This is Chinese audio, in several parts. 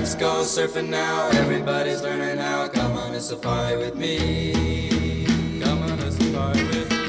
Let's go surfing now, everybody's learning how. Come on a safari with me. Come on a safari with me.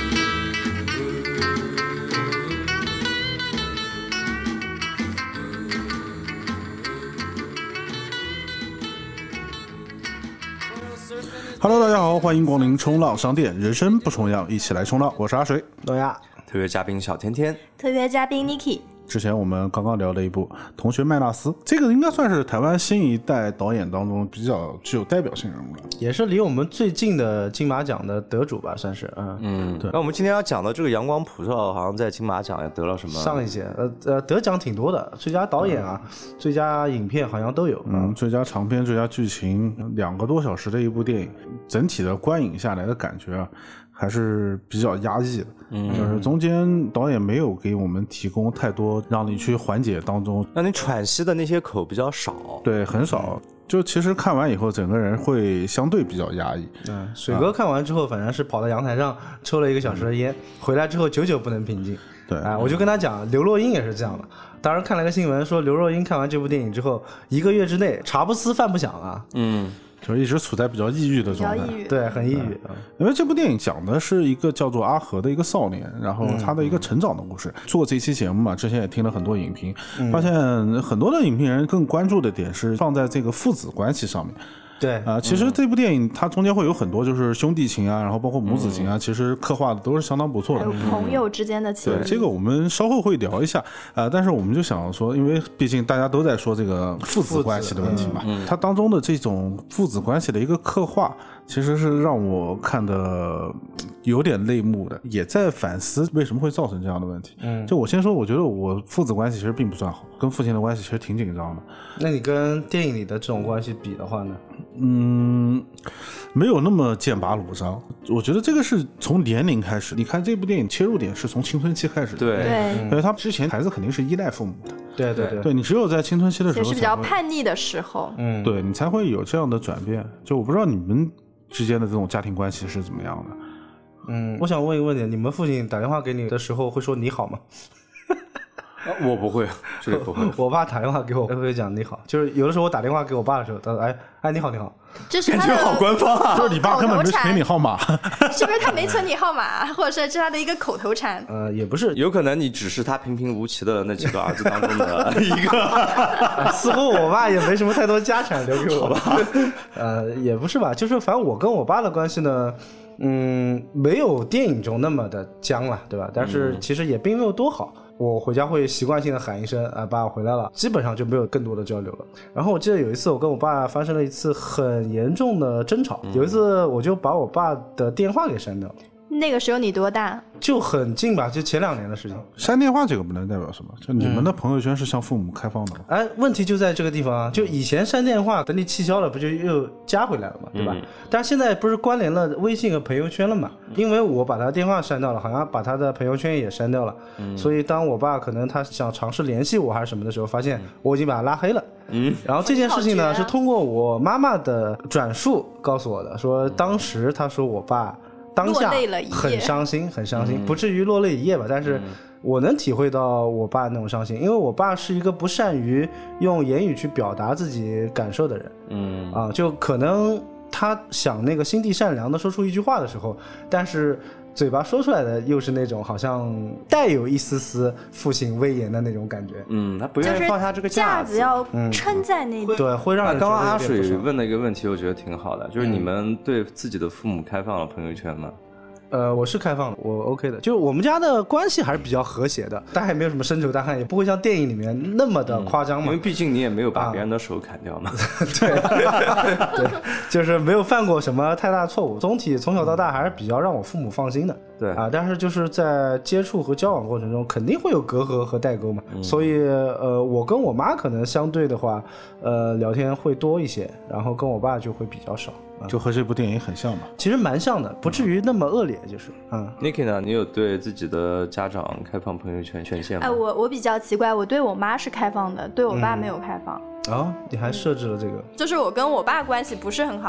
Hello， 大家好，欢迎光临冲浪商店，人生不重样，一起来冲浪。我是阿水， 诺亚， 特约嘉宾小甜甜， 特约嘉宾 Niki。 之前我们刚刚聊了一部《同学麦纳斯》，这个应该算是台湾新一代导演当中比较具有代表性人物了， 也是离我们最近的金马奖的得主吧，算是。 对。那我们今天要讲的这个《阳光普照》，好像在金马奖也得了什么？ 上一届，得奖挺多的，最佳导演啊，最佳影片好像都有。 最佳长片、最佳剧情，2个多小时的一部电影，整体的观影下来的感觉啊，还是比较压抑的。就是中间导演没有给我们提供太多让你去缓解当中让你喘息的那些口比较少， 对，很少。就其实看完以后整个人会相对比较压抑。 水哥看完之后反正是跑到阳台上抽了1个小时的烟，回来之后久久不能平静。 对我就跟他讲，刘若英也是这样的。当时看了个新闻说，刘若英看完这部电影之后1个月之内茶不思饭不想啊。 就一直处在比较抑郁的状态， 对，很抑郁。 因为这部电影讲的是一个叫做阿和的一个少年，然后他的一个成长的故事。做这期节目嘛，之前也听了很多影评，发现很多的影评人更关注的点是放在这个父子关系上面。 对其实这部电影它中间会有很多就是兄弟情啊，然后包括母子情啊，其实刻画的都是相当不错的。 还有朋友之间的情谊。 对，这个我们稍后会聊一下但是我们就想说，因为毕竟大家都在说这个父子关系的问题嘛，它当中的这种父子关系的一个刻画，其实是让我看的有点泪目的，也在反思为什么会造成这样的问题。就我先说，我觉得我父子关系其实并不算好，跟父亲的关系其实挺紧张的。 那你跟电影里的这种关系比的话呢？ 没有那么剑拔弩张。我觉得这个是从年龄开始，你看这部电影切入点是从青春期开始的。 对， 因为他之前孩子肯定是依赖父母的。 对， 你只有在青春期的时候， 也是比较叛逆的时候， 对，你才会有这样的转变。就我不知道你们之间的这种家庭关系是怎么样的。 我想问一个问题，你们父亲打电话给你的时候会说你好吗？ 我不会，这个不会。 我爸打电话给我会讲你好，就是有的时候我打电话给我爸的时候，他说哎你好你好， 这是感觉好官方啊， 就是你爸根本没存你号码， 是不是他没存你号码，或者是他的一个口头禅？ 也不是， 有可能你只是他平平无奇的那几个儿子当中的一个。 似乎我爸也没什么太多家产留给我吧。也不是吧，就是反正我跟我爸的关系呢，没有电影中那么的僵了，对吧？但是其实也并没有多好。我回家会习惯性的喊一声爸我回来了，基本上就没有更多的交流了。然后我记得有一次我跟我爸发生了一次很严重的争吵，有一次我就把我爸的电话给删掉了。 那个时候你多大？ 就很近吧，就前2年的事情。 删电话这个不能代表什么，就你们的朋友圈是向父母开放的吗？ 问题就在这个地方啊，就以前删电话，等你气消了，不就又加回来了嘛，对吧？但是现在不是关联了微信和朋友圈了嘛？因为我把他电话删掉了，好像把他的朋友圈也删掉了，所以当我爸可能他想尝试联系我还是什么的时候，发现我已经把他拉黑了。然后这件事情呢，是通过我妈妈的转述告诉我的，说当时他说我爸当下很伤心，很伤心，不至于落泪一夜吧，但是我能体会到我爸那种伤心，因为我爸是一个不善于用言语去表达自己感受的人。就可能他想那个心地善良的说出一句话的时候，但是嘴巴说出来的又是那种好像带有一丝丝父亲威严的那种感觉。 他不愿意放下这个架子，要撑在那里。 对，会让人刚刚阿水问的一个问题我觉得挺好的，就是你们对自己的父母开放了朋友圈吗？ 我是开放的，我 OK 的，就是我们家的关系还是比较和谐的，但也没有什么深仇大恨，也不会像电影里面那么的夸张嘛。 因为毕竟你也没有把别人的手砍掉嘛。 对，就是没有犯过什么太大错误。总体从小到大还是比较让我父母放心的。 对但是就是在接触和交往过程中，肯定会有隔阂和代沟嘛。所以我跟我妈可能相对的话，聊天会多一些，然后跟我爸就会比较少。 就和这部电影很像嘛， 其实蛮像的，不至于那么恶劣，就是 Niki 呢，你有对自己的家长开放朋友圈权限吗？ 我比较奇怪，我对我妈是开放的，对我爸没有开放。 你还设置了这个？ 就是我跟我爸关系不是很好，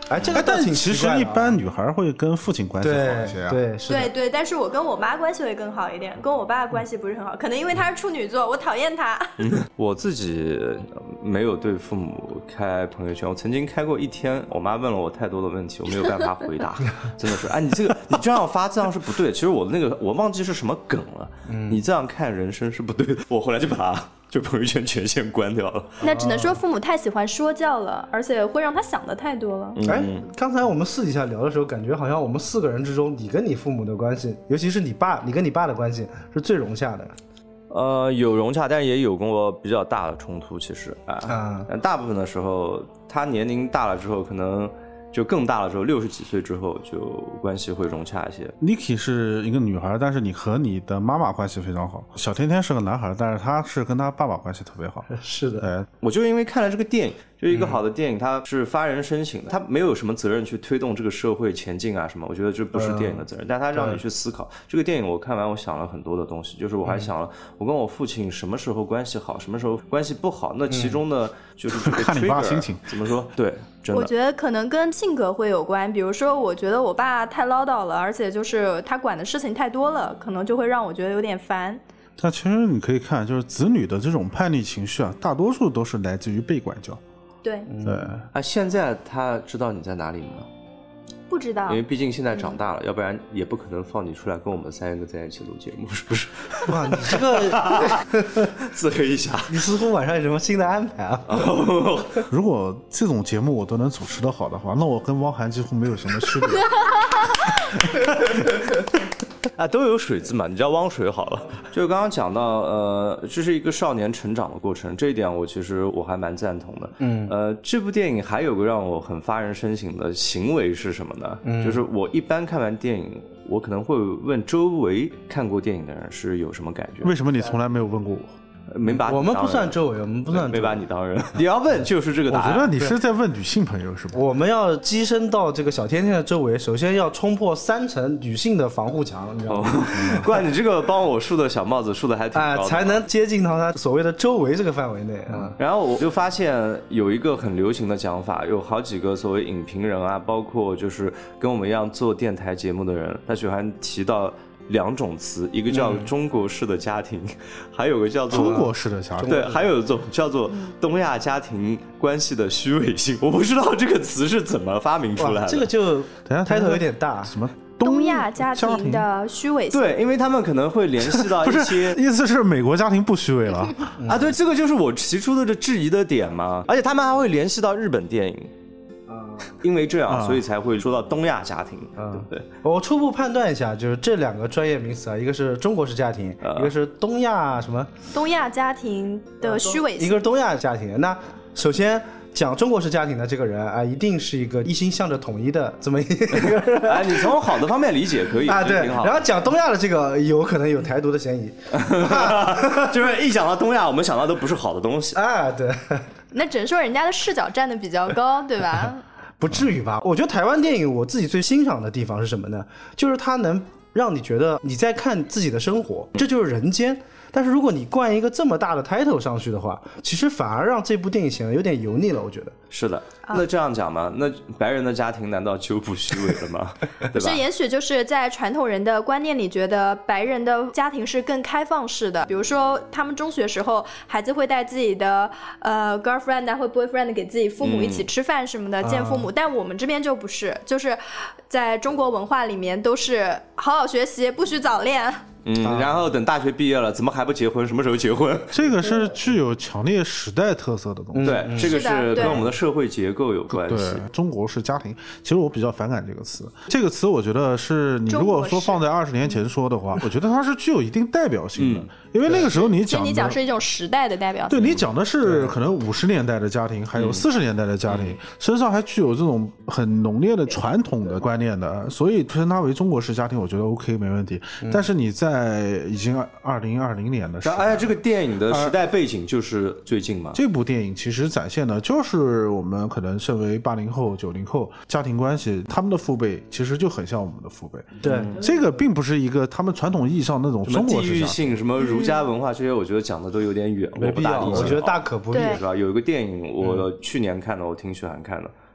哎，这个倒挺但其奇怪的啊实一般女孩会跟父亲关系好一些啊。 对是的对对，但是我跟我妈关系会更好一点，跟我爸关系不是很好，可能因为他是处女座，我讨厌他。 我自己没有对父母开朋友圈，我曾经开过一天，我妈问了我太多的问题，我没有办法回答，真的是，哎，你这样发这样是不对的。其实我忘记是什么梗了，你这样看人生是不对的，我后来就把就朋友圈权限关掉了。 那只能说父母太喜欢说教了，而且会让他想的太多了。 哎，刚才我们私底下聊的时候，感觉好像我们4个人之中，你跟你父母的关系，尤其是你跟你爸的关系是最融洽的。 有融洽，但是也有跟我比较大的冲突，其实但大部分的时候，他年龄大了之后，可能就更大了之后，60几岁之后，就关系会融洽一些。 Niki 是一个女孩，但是你和你的妈妈关系非常好。小甜甜是个男孩，但是他是跟他爸爸关系特别好。 是的， 对， 我就因为看了这个电影，就一个好的电影，它是发人深省的，它没有什么责任去推动这个社会前进啊什么，我觉得这不是电影的责任，但它让你去思考。这个电影我看完，我想了很多的东西，就是我还想了，我跟我父亲什么时候关系好，什么时候关系不好，那其中的就是这个看你爸 trigger， 心情怎么说？对，真的。 我觉得可能跟性格会有关，比如说，我觉得我爸太唠叨了，而且就是他管的事情太多了，可能就会让我觉得有点烦。 但其实你可以看，就是子女的这种叛逆情绪啊，大多数都是来自于被管教。 对， 对， 啊，现在他知道你在哪里吗？ 不知道因为毕竟现在长大了，要不然也不可能放你出来跟我们3个在一起录节目，是不是？ 哇，你这个自黑一下。 你似乎晚上有什么新的安排啊？ 如果这种节目我都能主持得好的话，那我跟汪涵几乎没有什么区别。 啊，都有水字嘛，你叫汪水好了。就刚刚讲到，这是一个少年成长的过程，这一点其实我还蛮赞同的。这部电影还有个让我很发人深省的行为是什么呢？就是我一般看完电影，我可能会问周围看过电影的人是有什么感觉。 为什么你从来没有问过我？ 没把你我们不当人算周围，我们不算周围没把你当人。你要问就是这个我答案。 觉得你是在问女性朋友是吧？ 我们要跻身到这个小甜甜的周围，首先要冲破3层女性的防护墙，你知道吗？ 怪你这个帮我竖的小帽子竖的还挺高的， 才能接近到他所谓的周围这个范围内啊。 然后我就发现有一个很流行的讲法，有好几个所谓影评人啊，包括就是跟我们一样做电台节目的人，他喜欢提到2种词，一个叫中国式的家庭，还有个叫做中国式的家庭， 对，还有一种叫做东亚家庭关系的虚伪性。我不知道这个词是怎么发明出来的。 这个就等一下抬头有点大。 什么东亚家庭的虚伪性。 对，因为他们可能会联系到一些意思是美国家庭不虚伪了啊，对，这个就是我提出的这质疑的点嘛。而且他们还会联系到日本电影。因为这样，所以才会说到东亚家庭，对不对？ 我初步判断一下，就是这2个专业名词啊，一个是中国式家庭，一个是东亚什么？ 东亚家庭的虚伪性。 一个是东亚家庭。那首先讲中国式家庭的这个人啊，一定是一个一心向着统一的这么一个人。 哎，你从好的方面理解可以啊，对。 挺好。 然后讲东亚的这个有可能有台独的嫌疑， 就是一讲到东亚，我们想到都不是好的东西啊，对。 那只能说人家的视角站得比较高，对吧？ 不至于吧？我觉得台湾电影我自己最欣赏的地方是什么呢？就是它能让你觉得你在看自己的生活，这就是人间。但是如果你冠一个这么大的 title 上去的话，其实反而让这部电影显得有点油腻了，我觉得。 是的，那这样讲嘛，那白人的家庭难道就不虚伪了吗？对吧？ 是，也许就是在传统人的观念里，觉得白人的家庭是更开放式的。比如说，他们中学时候，孩子会带自己的girlfriend 啊，或 boyfriend 给自己父母一起吃饭什么的，见父母。但我们这边就不是，就是在中国文化里面都是好好学习，不许早恋。 然后等大学毕业了，怎么还不结婚？什么时候结婚？ 这个是具有强烈时代特色的东西。 对，这个是跟我们的社会结构有关系。 对，中国式家庭，其实我比较反感这个词。这个词我觉得是你如果说放在20年前说的话，我觉得它是具有一定代表性的，因为那个时候你讲是一种时代的代表性。 对，你讲的是可能50年代的家庭，还有40年代的家庭，身上还具有这种很浓烈的传统的观念的，所以称它为中国式家庭，我觉得 OK 没问题。但是你在已经2020年的时候， 这个电影的时代背景就是最近嘛。 这部电影其实展现的就是我们可能身为80后、90后家庭关系，他们的父辈其实就很像我们的父辈。 对， 这个并不是一个他们传统意义上那种中国式地域性、什么儒家文化这些，我觉得讲的都有点远， 没必要，我觉得大可不必， 是吧？有一个电影我去年看的，我挺喜欢看的。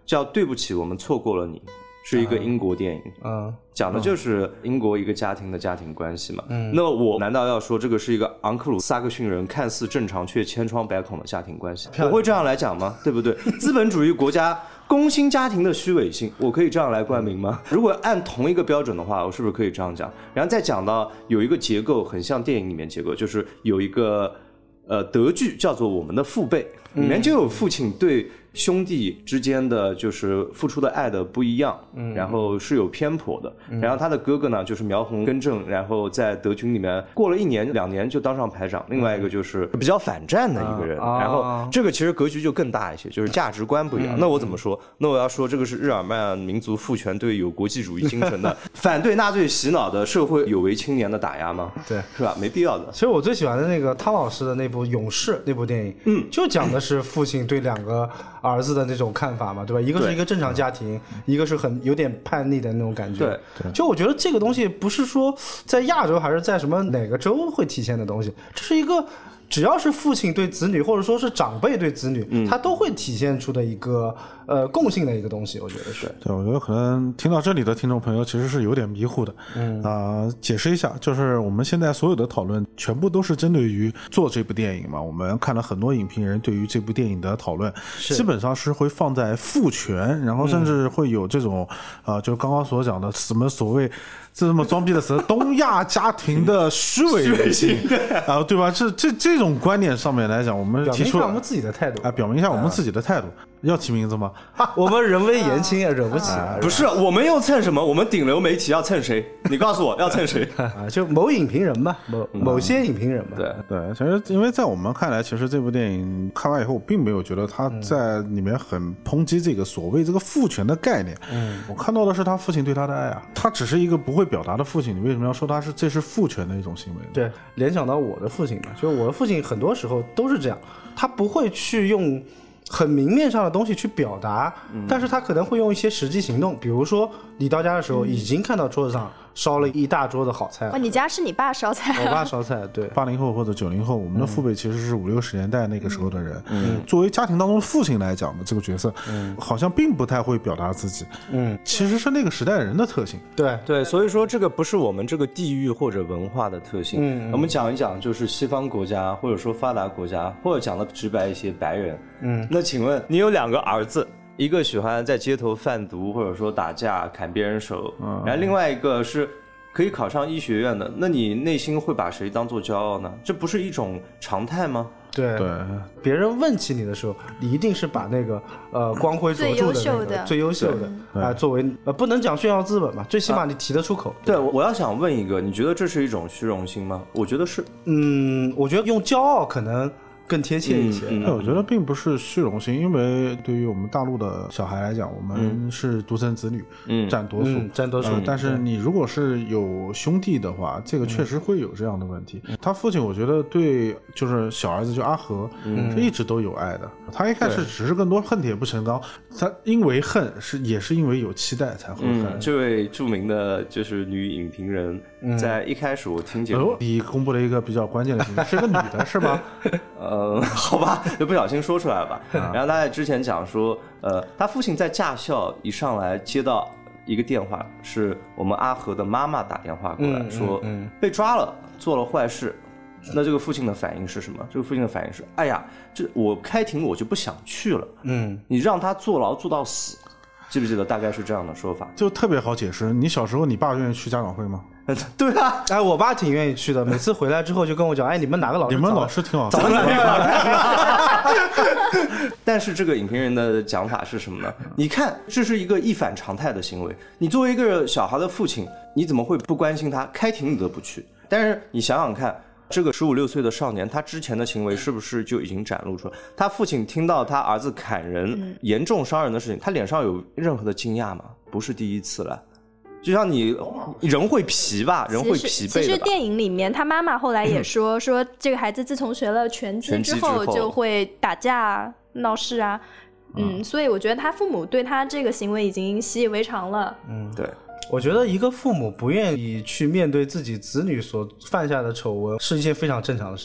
叫《对不起，我们错过了你》，是一个英国电影，讲的就是英国一个家庭的家庭关系嘛。那我难道要说这个是一个昂克鲁萨克逊人看似正常却千疮百孔的家庭关系？我会这样来讲吗？对不对？资本主义国家工薪家庭的虚伪性，我可以这样来冠名吗？如果按同一个标准的话，我是不是可以这样讲？然后再讲到有一个结构很像电影里面结构，就是有一个德剧叫做《我们的父辈》，里面就有父亲对兄弟之间的就是付出的爱的不一样，然后是有偏颇的。然后他的哥哥呢就是苗红根正，然后在德军里面过了1年2年就当上排长，另外一个就是比较反战的一个人，然后这个其实格局就更大一些，就是价值观不一样。那我怎么说？那我要说这个是日耳曼民族父权对有国际主义精神的反对纳粹洗脑的社会有为青年的打压吗？ 对， 是吧？没必要的。 其实我最喜欢的那个汤老师的那部《勇士》那部电影，就讲的是父亲对2个儿子的那种看法嘛，对吧？一个是一个正常家庭，一个是很有点叛逆的那种感觉。对，就我觉得这个东西不是说在亚洲还是在什么哪个州会体现的东西，这是一个只要是父亲对子女或者说是长辈对子女，他都会体现出的一个共性的一个东西，我觉得是。 对，我觉得可能听到这里的听众朋友其实是有点迷糊的。解释一下，就是我们现在所有的讨论全部都是针对于做这部电影嘛，我们看了很多影评人对于这部电影的讨论，基本上是会放在父权，然后甚至会有这种就刚刚所讲的什么所谓这么装逼的词，东亚家庭的虚伪性对吧？这种观点上面来讲，我们提出表明一下我们自己的态度表明一下我们自己的态度。要提名字吗？ 我们人微言轻也惹不起不是，我们又蹭什么？我们顶流媒体要蹭谁？你告诉我要蹭谁？ 就某影评人吧，某些影评人吧。 对，其实因为在我们看来，其实这部电影看完以后，我并没有觉得他在里面很抨击这个所谓这个父权的概念。我看到的是他父亲对他的爱啊，他只是一个不会表达的父亲，你为什么要说这是父权的一种行为呢？ 对，联想到我的父亲嘛，就我的父亲很多时候都是这样，他不会去用很明面上的东西去表达，但是他可能会用一些实际行动，比如说你到家的时候已经看到桌子上烧了一大桌的好菜。 你家是你爸烧菜？ 我爸烧菜，对。 80后或者90后，我们的父辈其实是50、60年代那个时候的人。作为家庭当中的父亲来讲的这个角色，好像并不太会表达自己。其实是那个时代人的特性。 对，所以说这个不是我们这个地域或者文化的特性。我们讲一讲，就是西方国家或者说发达国家，或者讲的直白一些，白人。那请问你有2个儿子，一个喜欢在街头贩毒或者说打架砍别人手，然后另外一个是可以考上医学院的，那你内心会把谁当作骄傲呢？这不是一种常态吗？ 对，别人问起你的时候，你一定是把那个光辉卓著的那个最优秀的作为不能讲炫耀资本嘛，最起码你提得出口。 对，我要想问一个，你觉得这是一种虚荣心吗？我觉得是。 我觉得用骄傲可能更贴切一些。 我觉得并不是虚荣心，因为对于我们大陆的小孩来讲，我们是独生子女，占多数，但是你如果是有兄弟的话，这个确实会有这样的问题。他父亲我觉得对就是小儿子就阿和是一直都有爱的，他一开始只是更多恨铁不成钢，他因为恨也是因为有期待才会恨。 这位著名的就是女影评人在一开始我听见你公布了一个比较关键的信息，是个女的是吗？ 好吧，就不小心说出来了吧。然后他在之前讲说，他父亲在驾校一上来接到一个电话，是我们阿和的妈妈打电话过来说被抓了，做了坏事。那这个父亲的反应是什么？这个父亲的反应是：哎呀，这我开庭我就不想去了。你让他坐牢坐到死，记不记得？大概是这样的说法， 就特别好解释。你小时候，你爸愿意去家长会吗？ 对啊， 我爸挺愿意去的，每次回来之后就跟我讲，你们哪个老师？ 你们老师挺好， 早来。 但是这个影评人的讲法是什么呢？你看，这是一个一反常态的行为。你作为一个小孩的父亲，你怎么会不关心他？开庭你都不去。但是你想想看，这个15、16岁的少年，他之前的行为是不是就已经展露出来？他父亲听到他儿子砍人、严重伤人的事情，他脸上有任何的惊讶吗？不是第一次了。就像你人会疲吧，人会疲惫的吧。 其实电影里面他妈妈后来也说这个孩子自从学了拳击之后就会打架闹事啊。所以我觉得他父母对他这个行为已经习以为常了。 对， 我觉得一个父母不愿意去面对自己子女所犯下的丑闻是一件非常正常的事情。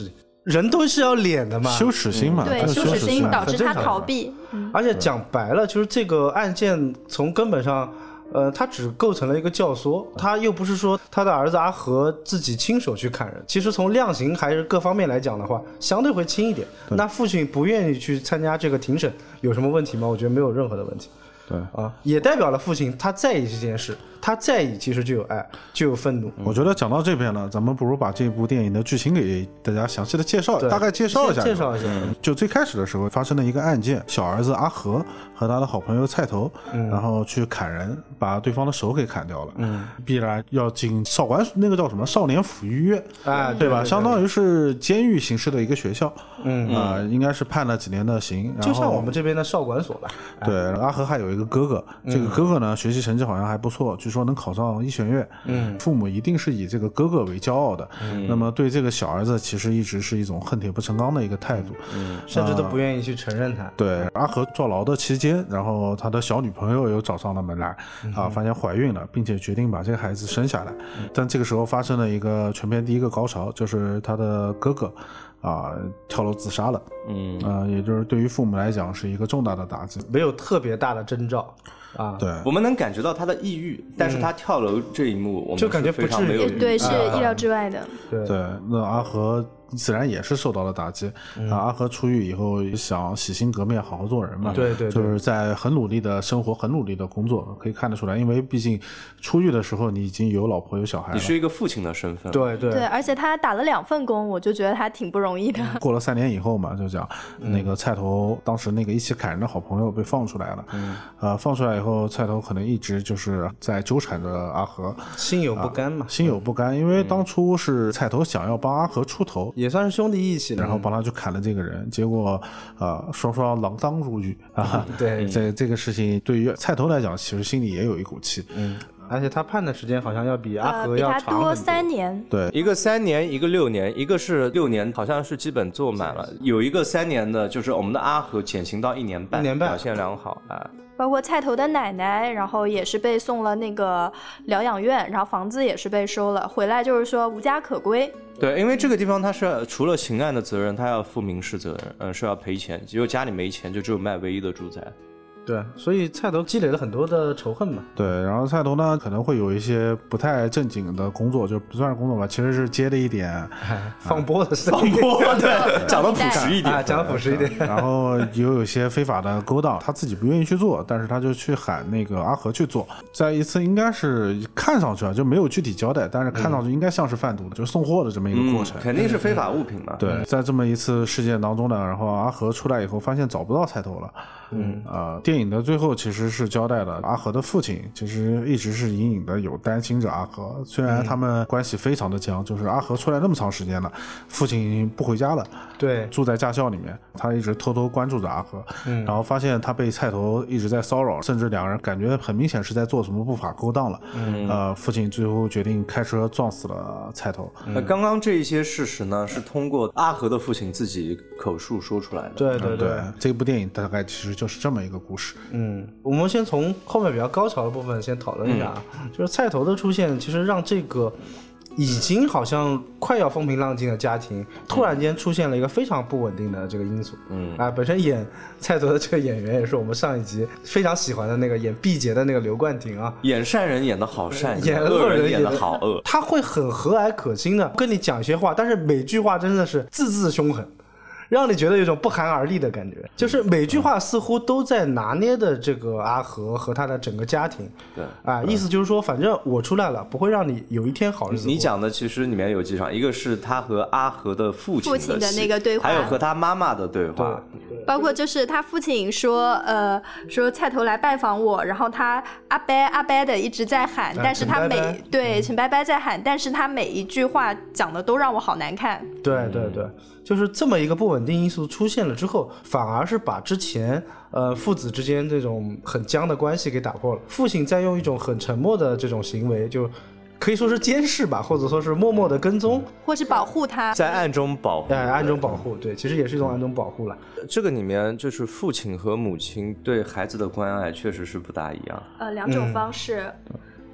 人都是要脸的嘛， 羞耻心嘛， 对， 这是羞耻心导致他很正常逃避。 而且讲白了，就是这个案件从根本上。他只构成了一个教唆，他又不是说他的儿子阿和自己亲手去砍人。其实从量刑还是各方面来讲的话，相对会轻一点。那父亲不愿意去参加这个庭审，有什么问题吗？我觉得没有任何的问题。 对啊，也代表了父亲他在意这件事，他在意其实就有爱，就有愤怒。 我觉得讲到这边了，咱们不如把这部电影的剧情给大家详细的介绍，大概介绍一下。 介绍一下。 就最开始的时候发生了一个案件，小儿子阿和和他的好朋友菜头，然后去砍人，把对方的手给砍掉了。必然要进少管那个叫什么少年抚育院，对吧？相当于是监狱形式的一个学校。应该是判了几年的刑，然后就像我们这边的少管所吧。 对，阿和还有一个哥哥，这个哥哥呢学习成绩好像还不错，据说能考上医学院。父母一定是以这个哥哥为骄傲的。那么对这个小儿子其实一直是一种恨铁不成钢的一个态度， 甚至都不愿意去承认他。 对，阿和坐牢的期间，然后他的小女朋友又找上了门来，发现怀孕了，并且决定把这个孩子生下来。但这个时候发生了一个全片第一个高潮，就是他的哥哥跳楼自杀了。也就是对于父母来讲是一个重大的打击， 没有特别大的征兆啊。 对， 我们能感觉到他的抑郁，但是他跳楼这一幕，我们就感觉非常没有对，是意料之外的。 对，那阿和自然也是受到了打击。阿和出狱以后想洗心革面，好好做人嘛。 对， 就是在很努力的生活，很努力的工作，可以看得出来。因为毕竟出狱的时候，你已经有老婆有小孩了， 你是一个父亲的身份。 对， 而且他打了2份工，我就觉得他挺不容易的。 过了3年以后嘛，就讲那个菜头当时那个一起砍人的好朋友被放出来了。放出来以后，菜头可能一直就是在纠缠着阿和， 心有不甘嘛。 心有不甘，因为当初是菜头想要帮阿和出头， 也算是兄弟义气， 然后帮他去砍了这个人，结果双双锒铛入狱啊。 对， 这个事情对于菜头来讲，其实心里也有一股气。 而且他判的时间好像要比阿和要长很多， 比他多3年。 对， 一个3年，一个6年，一个是6年，好像是基本做满了。有一个3年的，就是我们的阿和减刑到1年半，表现良好啊。 包括菜头的奶奶，然后也是被送了那个疗养院，然后房子也是被收了，回来就是说无家可归。 对，因为这个地方他是除了刑案的责任，他要负民事责任，是要赔钱。只有家里没钱，就只有卖唯一的住宅。 对，所以菜头积累了很多的仇恨嘛。 对，然后菜头呢可能会有一些不太正经的工作，就不算是工作吧，其实是接了一点放播的事， 放播，对，讲得朴实一点， 讲得朴实一点。 然后有一些非法的勾当，他自己不愿意去做，但是他就去喊那个阿和去做。在一次应该是看上去就没有具体交代，但是看上去应该像是贩毒的，就送货的这么一个过程。 肯定是非法物品嘛。 对，在这么一次事件当中呢，然后阿和出来以后发现找不到菜头了。电影的最后其实是交代了阿和的父亲其实一直是隐隐的有担心着阿和，虽然他们关系非常的僵，就是阿和出来那么长时间了，父亲不回家了， 对， 住在驾校里面，他一直偷偷关注着阿和，然后发现他被菜头一直在骚扰，甚至两个人感觉很明显是在做什么不法勾当了。父亲最后决定开车撞死了菜头。 刚刚这一些事实呢，是通过阿和的父亲自己口述说出来的。 对，这部电影大概其实就是这么一个故事。 我们先从后面比较高潮的部分先讨论一下，就是菜头的出现，其实让这个已经好像快要风平浪静的家庭，突然间出现了一个非常不稳定的这个因素。本身演菜头的这个演员也是我们上一集非常喜欢的那个演毕节的那个刘冠廷啊， 演善人演得好善， 演恶人演得好恶。 他会很和蔼可亲的跟你讲一些话，但是每句话真的是字字凶狠，让你觉得有一种不寒而栗的感觉，就是每句话似乎都在拿捏的这个阿和和他的整个家庭。 对， 意思就是说，反正我出来了，不会让你有一天好日子过。 你讲的其实里面有几场，一个是他和阿和的父亲的那个对话， 还有和他妈妈的对话， 包括就是他父亲说菜头来拜访我，然后他阿伯的一直在喊，但是他陈伯伯在喊，但是他每一句话讲的都让我好难看。 对，就是这么一个不稳定因素出现了之后，反而是把之前父子之间这种很僵的关系给打破了。父亲在用一种很沉默的这种行为，就可以说是监视吧，或者说是默默的跟踪， 或是保护他， 在暗中保护。 暗中保护，对，其实也是一种暗中保护了。 这个里面就是父亲和母亲对孩子的关爱确实是不大一样。 两种方式。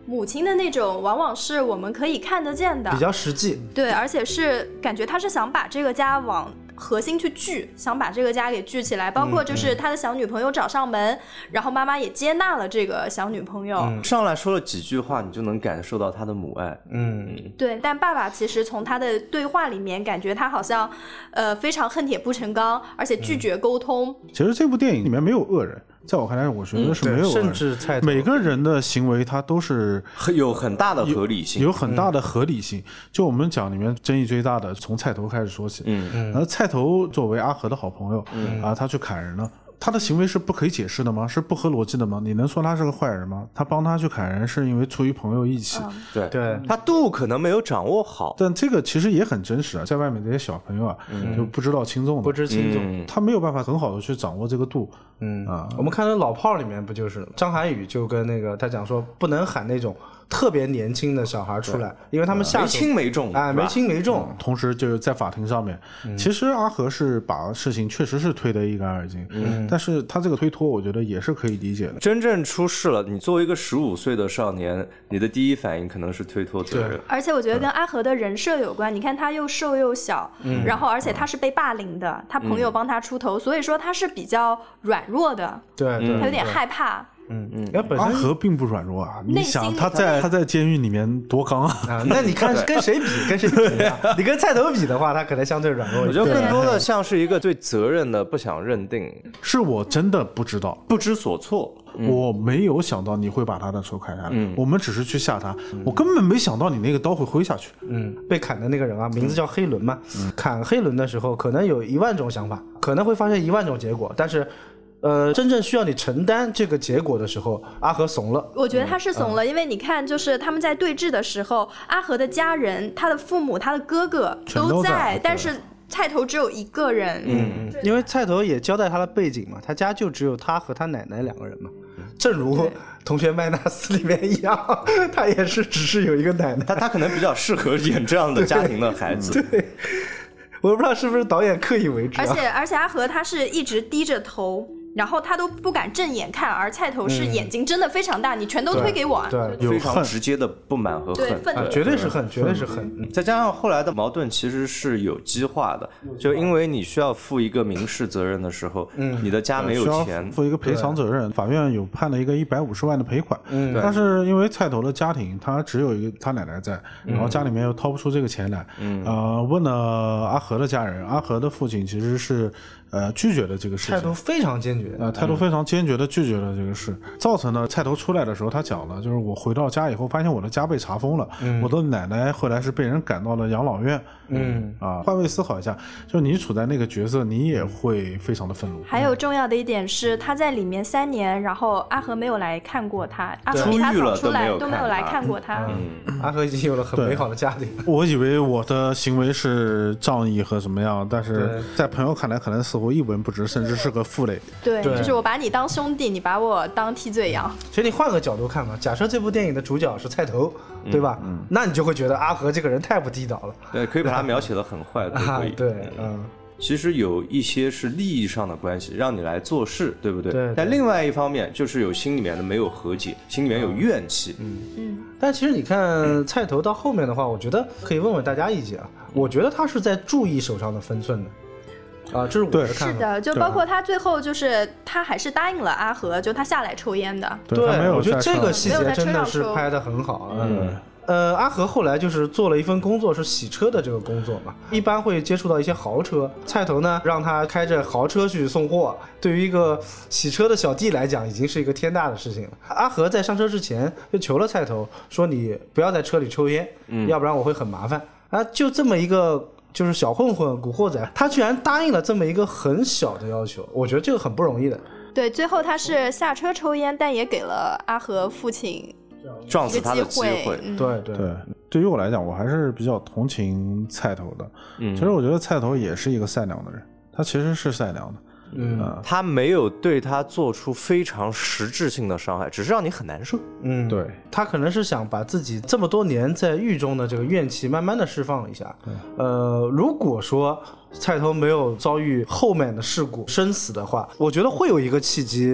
母亲的那种往往是我们可以看得见的， 比较实际。 对，而且是感觉他是想把这个家往核心去聚，想把这个家给聚起来，包括就是他的小女朋友找上门，然后妈妈也接纳了这个小女朋友， 上来说了几句话，你就能感受到他的母爱。 对，但爸爸其实从他的对话里面感觉他好像非常恨铁不成钢，而且拒绝沟通。 其实这部电影里面没有恶人，在我看来，我觉得是没有恶人， 甚至菜头每个人的行为他都是有很大的合理性， 有很大的合理性。就我们讲里面争议最大的，从菜头开始说起。而菜头作为阿和的好朋友，他去砍人了。他的行为是不可以解释的吗？是不合逻辑的吗？你能说他是个坏人吗？他帮他去砍人是因为出于朋友义气。 对，他度可能没有掌握好， 但这个其实也很真实啊，在外面这些小朋友啊，就不知道轻重的， 不知轻重， 他没有办法很好的去掌握这个度。 我们看到老炮里面不就是张涵予就跟那个他讲说，不能喊那种特别年轻的小孩出来，因为他们下手没轻没重， 没轻没重。 同时就是在法庭上面，其实阿和是把事情确实是推得一干二净，但是他这个推脱我觉得也是可以理解的。 真正出事了，你作为一个15岁的少年，你的第一反应可能是推脱责任。 而且我觉得跟阿和的人设有关，你看他又瘦又小，然后而且他是被霸凌的，他朋友帮他出头，所以说他是比较软弱的， 对， 他有点害怕。 阿和并不软弱啊，你想他在监狱里面多刚啊！ 那你看跟谁比？跟谁比啊？你跟菜头比的话，他可能相对软弱一点。 我觉得更多的像是一个对责任的不想认定， 是我真的不知道， 不知所措。 我没有想到你会把他的手砍下来，我们只是去吓他，我根本没想到你那个刀会挥下去。 被砍的那个人啊，名字叫黑伦嘛。砍黑伦的时候，可能有1万种想法，可能会发生1万种结果，但是。真正需要你承担这个结果的时候，阿和怂了。 我觉得他是怂了，因为你看，就是他们在对峙的时候，阿和的家人、他的父母、他的哥哥都在，但是菜头只有一个人。 因为菜头也交代他的背景嘛，他家就只有他和他奶奶2个人嘛。正如同学麦纳斯里面一样，他也是只是有一个奶奶。 他可能比较适合演这样的家庭的孩子。 对。我不知道是不是导演刻意为之。 而且阿和他是一直低着头。然后他都不敢正眼看，而菜头是眼睛真的非常大，你全都推给我， 对， 非常直接的不满和恨， 绝对是恨，绝对是恨。 再加上后来的矛盾其实是有激化的，就因为你需要负一个民事责任的时候，你的家没有钱， 负一个赔偿责任，法院有判了一个150万的赔款，但是因为菜头的家庭他只有一个他奶奶在，然后家里面又掏不出这个钱来，问了阿和的家人，阿和的父亲其实是拒绝了这个事情， 态度非常坚决。 态度非常坚决的拒绝了这个事，造成了菜头出来的时候，他讲了，就是我回到家以后，发现我的家被查封了，我的奶奶后来是被人赶到了养老院。换位思考一下，就你处在那个角色，你也会非常的愤怒。 还有重要的一点是，他在里面3年，然后阿和没有来看过他，阿和比他早出来都没有来看过他。 阿和已经有了很美好的家庭。 我以为我的行为是仗义和什么样，但是在朋友看来，可能似乎一文不值，甚至是个负累。 对，就是我把你当兄弟，你把我当替罪羊。 其实你换个角度看嘛，假设这部电影的主角是菜头，对吧？那你就会觉得阿和这个人太不地道了。 对，可以把他描写的很坏，可以。 对， 其实有一些是利益上的关系，让你来做事，对不对？ 对。 但另外一方面，就是有心里面的没有和解，心里面有怨气。 但其实你看菜头到后面的话，我觉得可以问问大家意见啊。我觉得他是在注意手上的分寸的。这是我的看法。 是的，就包括他最后就是他还是答应了阿和，就他下来抽烟的。 对，我觉得这个细节真的是拍得很好。阿和后来就是做了一份工作，是洗车的这个工作嘛，一般会接触到一些豪车。菜头呢，让他开着豪车去送货，对于一个洗车的小弟来讲，已经是一个天大的事情了。阿和在上车之前就求了菜头，说你不要在车里抽烟，要不然我会很麻烦啊。就这么一个就是小混混、古惑仔，他居然答应了这么一个很小的要求，我觉得这个很不容易的。 对，最后他是下车抽烟，但也给了阿和父亲撞死他的机会。 对于我来讲，我还是比较同情菜头的。其实我觉得菜头也是一个善良的人，他其实是善良的。 他没有对他做出非常实质性的伤害，只是让你很难受。 对， 他可能是想把自己这么多年在狱中的这个怨气慢慢的释放一下。如果说菜头没有遭遇后面的事故生死的话，我觉得会有一个契机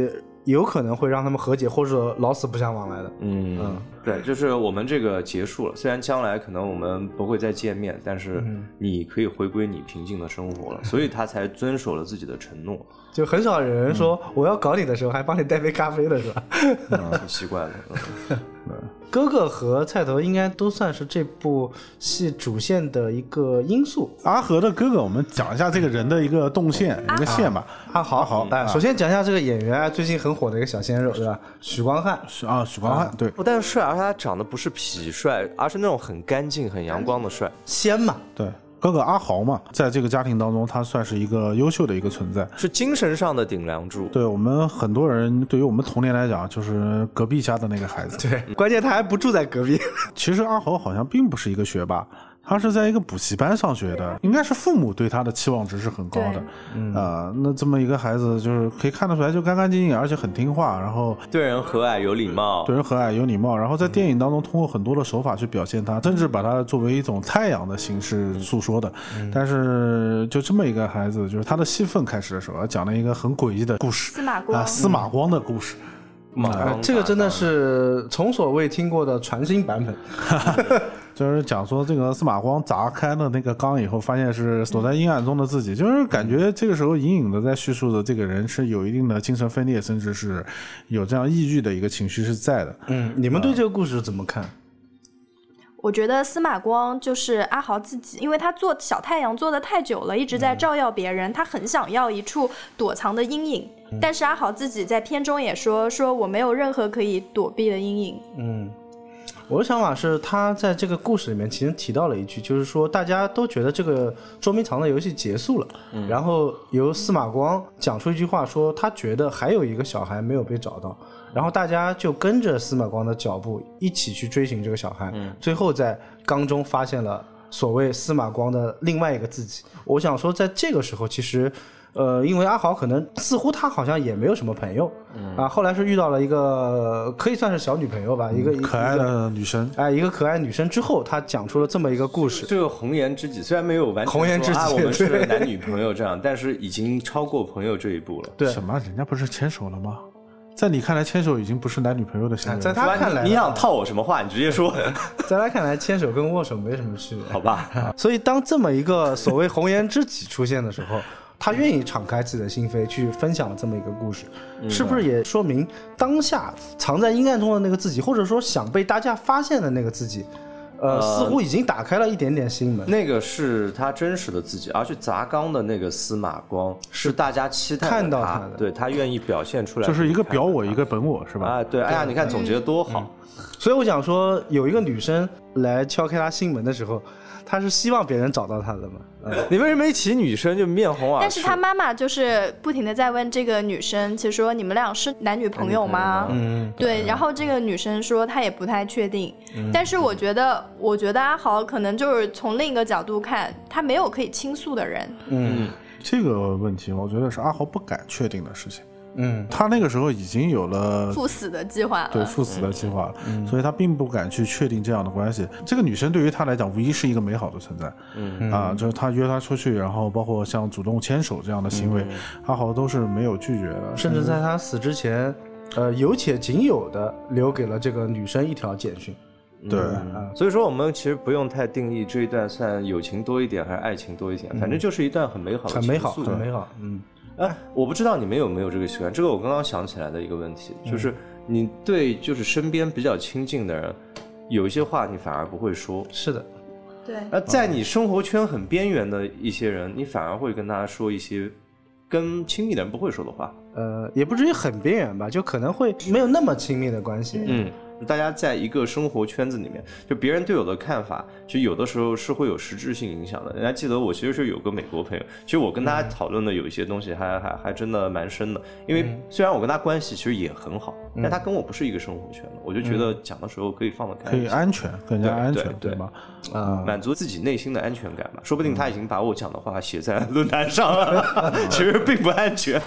有可能会让他们和解，或者老死不相往来的。 对，就是我们这个结束了，虽然将来可能我们不会再见面，但是你可以回归你平静的生活了，所以他才遵守了自己的承诺。 就很少有人说我要搞你的时候还帮你带杯咖啡的是吧？ 挺奇怪的。 哥哥和菜头应该都算是这部戏主线的一个因素。 阿和的哥哥，我们讲一下这个人的一个动线，一个线吧。 好，首先讲一下这个演员，最近很火的一个小鲜肉，对吧？许光汉许光汉，对， 不但是帅，而且他长得不是痞帅，而是那种很干净、很阳光的帅， 仙嘛。 对。哥哥阿豪嘛，在这个家庭当中，他算是一个优秀的一个存在， 是精神上的顶梁柱。 对我们很多人，对于我们童年来讲，就是隔壁家的那个孩子。 对，关键他还不住在隔壁。 其实阿豪好像并不是一个学霸，他是在一个补习班上学的，应该是父母对他的期望值是很高的。那这么一个孩子，就是可以看得出来，就干干净净，而且很听话，然后对人和蔼有礼貌， 然后在电影当中通过很多的手法去表现他，甚至把他作为一种太阳的形式诉说的。但是就这么一个孩子，就是他的戏份开始的时候，讲了一个很诡异的故事，司马光的故事。 这个真的是从所未听过的全新版本。 就是讲说这个司马光砸开了那个缸以后，发现是躲在阴暗中的自己，就是感觉这个时候隐隐的在叙述的这个人是有一定的精神分裂，甚至是有这样抑郁的一个情绪是在的。 你们对这个故事怎么看？ 我觉得司马光就是阿豪自己，因为他做小太阳做的太久了，一直在照耀别人，他很想要一处躲藏的阴影。但是阿豪自己在片中也说我没有任何可以躲避的阴影。 我的想法是，他在这个故事里面其实提到了一句，就是说大家都觉得这个捉迷藏的游戏结束了，然后由司马光讲出一句话，说他觉得还有一个小孩没有被找到，然后大家就跟着司马光的脚步一起去追寻这个小孩，最后在缸中发现了所谓司马光的另外一个自己。我想说，在这个时候其实因为阿豪可能似乎他好像也没有什么朋友，后来是遇到了一个可以算是小女朋友吧，一个可爱的女生， 一个可爱女生之后，他讲出了这么一个故事。 这个红颜知己虽然没有完全红颜知己我们是男女朋友这样，但是已经超过朋友这一步了。 对， 什么？人家不是牵手了吗？在你看来，牵手已经不是男女朋友的行为了。 在他看来， 你想套我什么话？你直接说。 在他看来，牵手跟握手没什么区别， 好吧？ 所以当这么一个所谓红颜知己出现的时候，他愿意敞开自己的心扉去分享了这么一个故事，是不是也说明当下藏在阴暗中的那个自己，或者说想被大家发现的那个自己，似乎已经打开了一点点心门。 那个是他真实的自己，而去砸缸的那个司马光是大家期待看到他的， 对他愿意表现出来， 就是一个表我，一个本我，是吧？ 对，哎呀，你看总结得多好。 所以我想说，有一个女生来敲开他心门的时候，他是希望别人找到他的嘛？ 你为什么一提女生就面红耳赤？ 但是他妈妈就是不停的在问这个女生，其实说你们俩是男女朋友吗？对。然后这个女生说她也不太确定。但是我觉得阿豪可能就是从另一个角度看，他没有可以倾诉的人。 这个问题我觉得是阿豪不敢确定的事情。他那个时候已经有了赴死的计划了， 对，赴死的计划了，所以他并不敢去确定这样的关系。这个女生对于他来讲无疑是一个美好的存在，就是他约她出去，然后包括像主动牵手这样的行为，阿豪都是没有拒绝的， 甚至在他死之前有且仅有的留给了这个女生一条简讯。 对， 所以说我们其实不用太定义这一段算友情多一点还是爱情多一点，反正就是一段很美好的情愫， 很美好。 我不知道你们有没有这个习惯，这个我刚刚想起来的一个问题，就是你对就是身边比较亲近的人，有一些话你反而不会说。 是的， 对。 在你生活圈很边缘的一些人，你反而会跟他说一些跟亲密的人不会说的话。 也不至于很边缘吧，就可能会没有那么亲密的关系。 大家在一个生活圈子里面，就别人对我的看法，其实有的时候是会有实质性影响的。人家记得我其实是有个美国朋友，其实我跟他讨论的有一些东西还真的蛮深的。因为虽然我跟他关系其实也很好，但他跟我不是一个生活圈的，我就觉得讲的时候可以放得开， 可以安全，更加安全，对吧？ 满足自己内心的安全感吧。说不定他已经把我讲的话写在论坛上了，其实并不安全。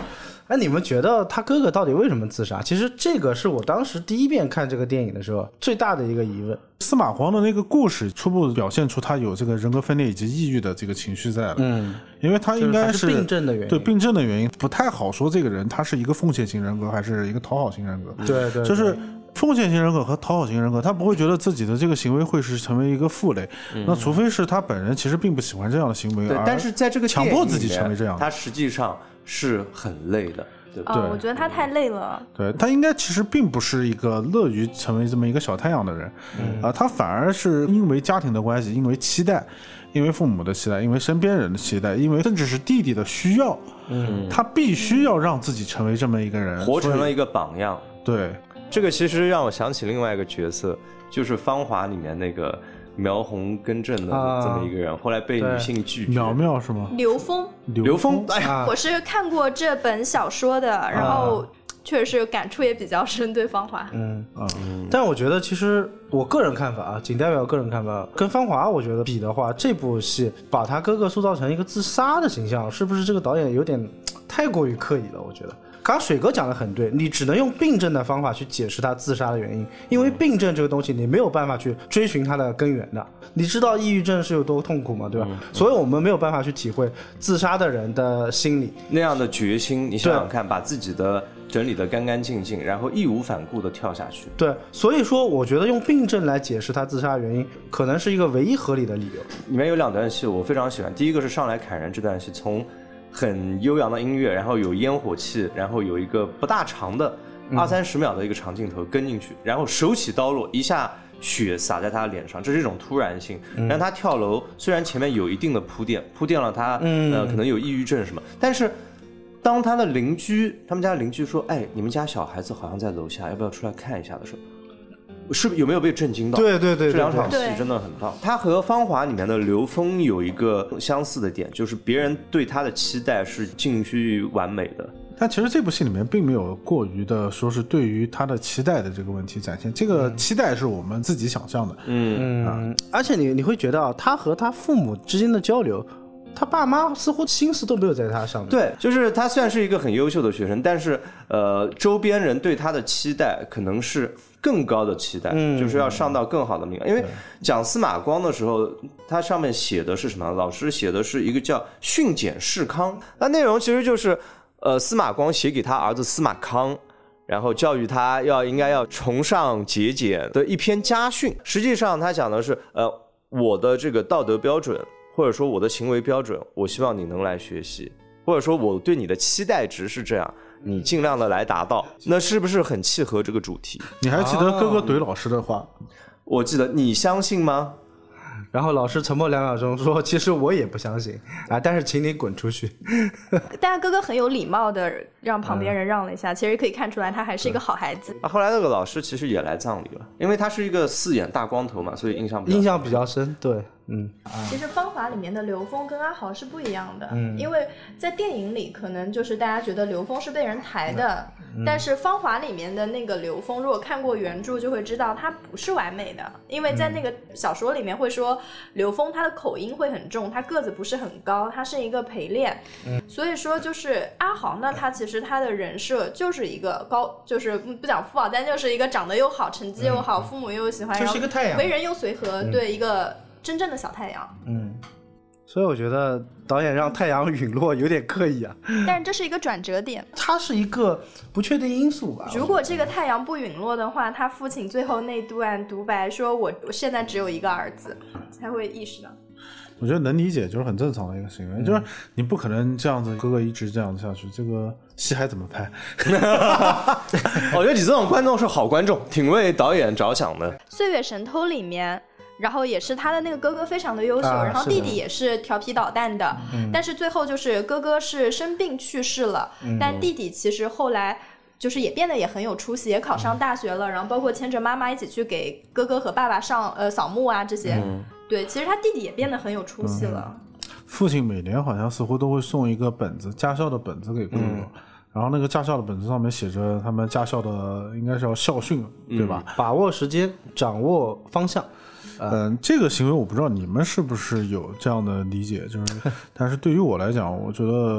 哎，你们觉得他哥哥到底为什么自杀？其实这个是我当时第一遍看这个电影的时候最大的一个疑问。 司马光的那个故事初步表现出他有这个人格分裂以及抑郁的这个情绪在了，因为他应该是病症的原因， 对病症的原因不太好说这个人他是一个奉献型人格还是一个讨好型人格， 对对， 就是奉献型人格和讨好型人格，他不会觉得自己的这个行为会是成为一个负累，那除非是他本人其实并不喜欢这样的行为， 对，但是在这个强迫自己成为这样的， 他实际上是很累的。对不对？ 我觉得他太累了。 对，他应该其实并不是一个乐于成为这么一个小太阳的人，他反而是因为家庭的关系，因为期待，因为父母的期待，因为身边人的期待，因为甚至是弟弟的需要，他必须要让自己成为这么一个人， 活成了一个榜样。 对， 这个其实让我想起另外一个角色，就是《芳华》里面那个苗红根正的这么一个人，后来被女性拒绝。 苗苗是吗？ 刘峰。 刘峰，哎呀， 我是看过这本小说的，然后确实是感触也比较深，对芳华。 但我觉得其实我个人看法啊，仅代表个人看法，跟芳华我觉得比的话，这部戏把他哥哥塑造成一个自杀的形象，是不是这个导演有点太过于刻意了？我觉得。刚刚水哥讲的很对，你只能用病症的方法去解释他自杀的原因，因为病症这个东西你没有办法去追寻它的根源的。你知道抑郁症是有多痛苦吗？对吧？所以我们没有办法去体会自杀的人的心理那样的决心。你想想看，把自己的整理得干干净净，然后义无反顾地跳下去。 对，所以说我觉得用病症来解释他自杀的原因，可能是一个唯一合理的理由。 里面有2段戏我非常喜欢，第一个是上来砍人这段戏，从很悠扬的音乐，然后有烟火气，然后有一个不大长的20-30秒的一个长镜头跟进去，然后手起刀落，一下血洒在他脸上，这是一种突然性。让他跳楼，虽然前面有一定的铺垫了他可能有抑郁症什么，但是当他的邻居，他们家邻居说：“哎，你们家小孩子好像在楼下，要不要出来看一下”的时候，是有没有被震惊到？ 对对对， 这2场戏真的很棒。他和《芳华》里面的刘峰有一个相似的点，就是别人对他的期待是近于完美的。 但其实这部戏里面并没有过于的说是对于他的期待的这个问题展现，这个期待是我们自己想象的。 而且你会觉得他和他父母之间的交流，他爸妈似乎心思都没有在他上面。 对，就是他算是一个很优秀的学生，但是周边人对他的期待可能是更高的期待，就是要上到更好的名额。因为讲司马光的时候，他上面写的是什么？老师写的是一个叫训俭示康，那内容其实就是司马光写给他儿子司马康，然后教育他应该要崇尚节俭的一篇家训。实际上他讲的是我的这个道德标准，或者说我的行为标准，我希望你能来学习，或者说我对你的期待值是这样，你尽量的来达到，那是不是很契合这个主题？ 你还记得哥哥怼老师的话？ 我记得，你相信吗？ 然后老师沉默2秒钟说：“其实我也不相信啊，但是请你滚出去。” 但是哥哥很有礼貌的让旁边人让了一下，其实可以看出来他还是一个好孩子。 后来那个老师其实也来葬礼了，因为他是一个4眼大光头嘛，所以印象比较深。 对。 其实《芳华》里面的刘峰跟阿豪是不一样的，因为在电影里可能就是大家觉得刘峰是被人抬的，但是《芳华》里面的那个刘峰，如果看过原著就会知道他不是完美的，因为在那个小说里面会说刘峰他的口音会很重，他个子不是很高，他是一个陪练，所以说就是阿豪呢，他其实他的人设就是一个就是不讲富豪，但就是一个长得又好，成绩又好，父母又喜欢， 就是一个太阳， 为人又随和，对，一个真正的小太阳。 所以我觉得导演让太阳陨落有点刻意啊。 但是这是一个转折点， 它是一个不确定因素吧。 如果这个太阳不陨落的话，他父亲最后那段独白说我现在只有一个儿子，才会意识到。 我觉得能理解，就是很正常的一个行为，就是你不可能这样子哥哥一直这样子下去，这个戏还怎么拍？ 我觉得你这种观众是好观众，挺为导演着想的。 岁月神偷里面，然后也是他的那个哥哥非常的优秀，然后弟弟也是调皮捣蛋的，但是最后就是哥哥是生病去世了，但弟弟其实后来就是也变得也很有出息，也考上大学了，然后包括牵着妈妈一起去给哥哥和爸爸上扫墓啊这些，对，其实他弟弟也变得很有出息了。 父亲每年好像似乎都会送一个本子，驾校的本子给哥哥，然后那个驾校的本子上面写着他们驾校的应该是要校训，对吧？ 把握时间，掌握方向。 这个行为我不知道你们是不是有这样的理解，就是但是对于我来讲，我觉得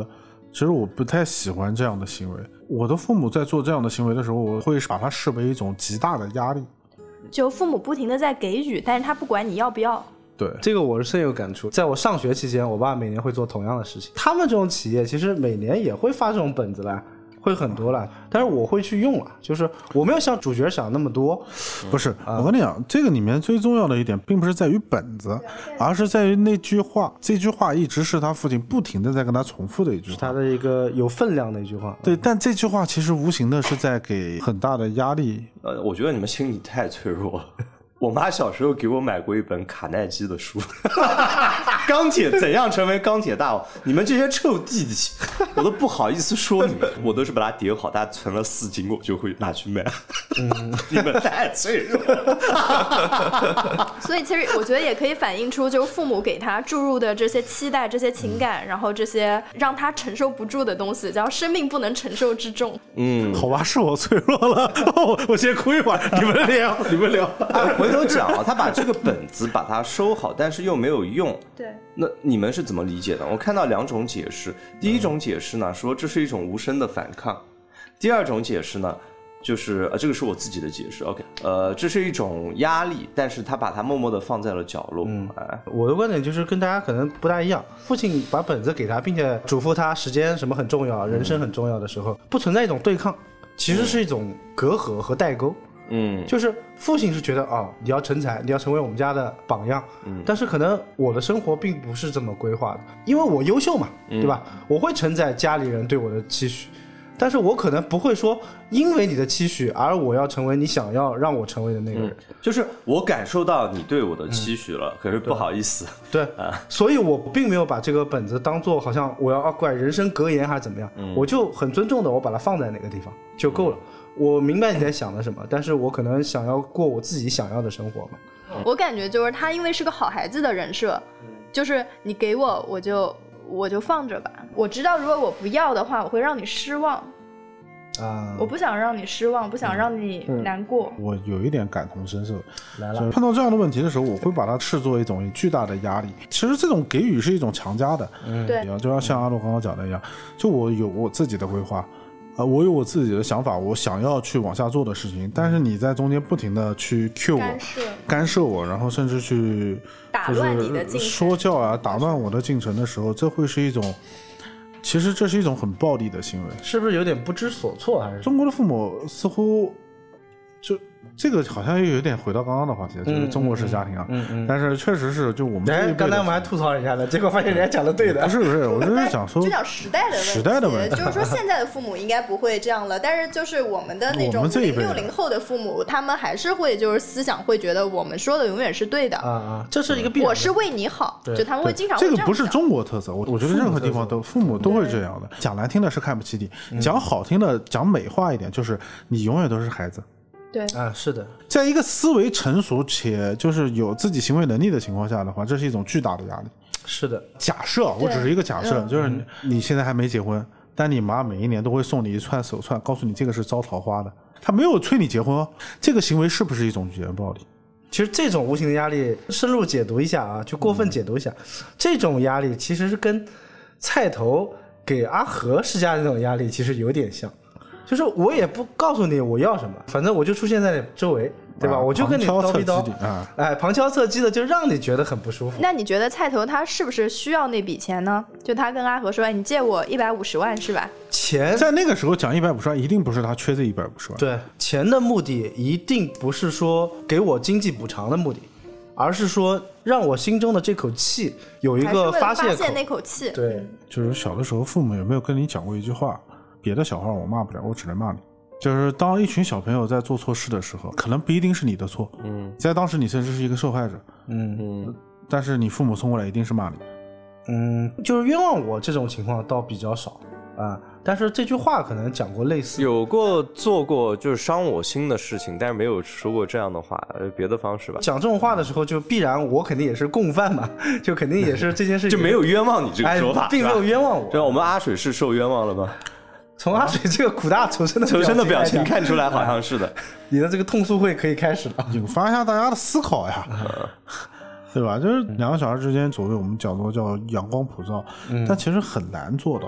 其实我不太喜欢这样的行为。我的父母在做这样的行为的时候，我会把它视为一种极大的压力。 就父母不停的在给予，但是他不管你要不要。 对， 这个我是深有感触。在我上学期间，我爸每年会做同样的事情。他们这种企业其实每年也会发这种本子来，会很多了，但是我会去用了，就是我没有像主角想那么多。 不是，我跟你讲，这个里面最重要的一点并不是在于本子，而是在于那句话。这句话一直是他父亲不停的在跟他重复的一句话， 他的一个有分量的一句话。 对，但这句话其实无形的是在给很大的压力。 我觉得你们心理太脆弱了。我妈小时候给我买过一本卡耐基的书，钢铁怎样成为钢铁大王，你们这些臭弟弟，我都不好意思说你们，我都是把它叠好，大家存了4斤，我就会拿去卖。你们太脆弱了。 所以其实我觉得也可以反映出，就是父母给他注入的这些期待、这些情感，然后这些让他承受不住的东西，叫生命不能承受之重。 好吧，是我脆弱了，我先哭一会儿，你们聊，你们聊。 回头讲啊，他把这个本子把它收好，但是又没有用。 对， 那你们是怎么理解的？我看到2种解释。第一种解释呢，说这是一种无声的反抗；第二种解释呢，就是这个是我自己的解释。OK， 这是一种压力，但是他把它默默地放在了角落。 我的观点就是跟大家可能不大一样。父亲把本子给他，并且嘱咐他时间什么很重要，人生很重要的时候，不存在一种对抗，其实是一种隔阂和代沟。就是父亲是觉得你要成才，你要成为我们家的榜样，但是可能我的生活并不是这么规划的，因为我优秀嘛，对吧？我会承载家里人对我的期许，但是我可能不会说因为你的期许而我要成为你想要让我成为的那个人。 就是我感受到你对我的期许了，可是不好意思。 对，所以我并没有把这个本子当做好像我要管人生格言还是怎么样，我就很尊重的我把它放在哪个地方就够了。我明白你在想的什么，但是我可能想要过我自己想要的生活嘛。 我感觉就是他因为是个好孩子的人设，就是你给我我就放着吧，我知道如果我不要的话我会让你失望我不想让你失望，不想让你难过。 我有一点感同身受来了， 碰到这样的问题的时候，我会把它视作一种巨大的压力。其实这种给予是一种强加的， 对， 就要像阿洛刚刚讲的一样，就我有我自己的规划，我有我自己的想法，我想要去往下做的事情，但是你在中间不停的去 cue 我、干涉我，然后甚至去打乱你的进程、 说教啊，打乱我的进程的时候，这会是一种。其实这是一种很暴力的行为， 是不是有点不知所措？还是中国的父母似乎就这个好像又有点回到刚刚的话题，就是中国式家庭啊。但是确实是，就我们这一辈刚才我们还吐槽人家的，结果发现人家讲的对的。 不是，我就是讲说， 就讲时代的问题，就是说现在的父母应该不会这样了，但是就是我们的那种60后的父母，他们还是会就是思想会觉得我们说的永远是对的这是一个必然的， 我是为你好，就他们会经常会这个不是中国特色，我觉得任何地方都父母都会这样的。讲难听的是看不起你，讲好听的讲美化一点，就是你永远都是孩子。 对是的， 在一个思维成熟且就是有自己行为能力的情况下的话，这是一种巨大的压力。 是的， 假设我只是一个假设，就是你现在还没结婚，但你妈每一年都会送你一串手串，告诉你这个是招桃花的，她没有催你结婚哦，这个行为是不是一种语言暴力？ 其实这种无形的压力，深入解读一下啊，就过分解读一下，这种压力其实是跟菜头给阿和施加的那种压力其实有点像。就是我也不告诉你我要什么，反正我就出现在你周围，对吧？我就跟你叨逼叨，旁敲侧击的，就让你觉得很不舒服。 那你觉得菜头他是不是需要那笔钱呢？就他跟阿和说，你借我150万是吧？ 钱在那个时候讲150万，一定不是他缺这150万。 对，钱的目的一定不是说给我经济补偿的目的，而是说让我心中的这口气有一个发泄口。 发泄那口气。 对， 就是小的时候，父母有没有跟你讲过一句话？别的小孩我骂不了，我只能骂你。就是当一群小朋友在做错事的时候，可能不一定是你的错，在当时你甚至是一个受害者，但是你父母冲过来一定是骂你。 就是冤枉我这种情况倒比较少但是这句话可能讲过类似， 有过做过就是伤我心的事情，但是没有说过这样的话，别的方式吧。 讲这种话的时候，就必然我肯定也是共犯嘛，就肯定也是这件事情就没有冤枉你这个说法， 并没有冤枉我。 我们阿水是受冤枉了吗？ 从阿水这个苦大仇深的表情看出来，好像是的。 你的这个痛诉会可以开始了， 引发一下大家的思考呀，对吧？就是两个小孩之间，所谓我们讲的叫阳光普照，但其实很难做到。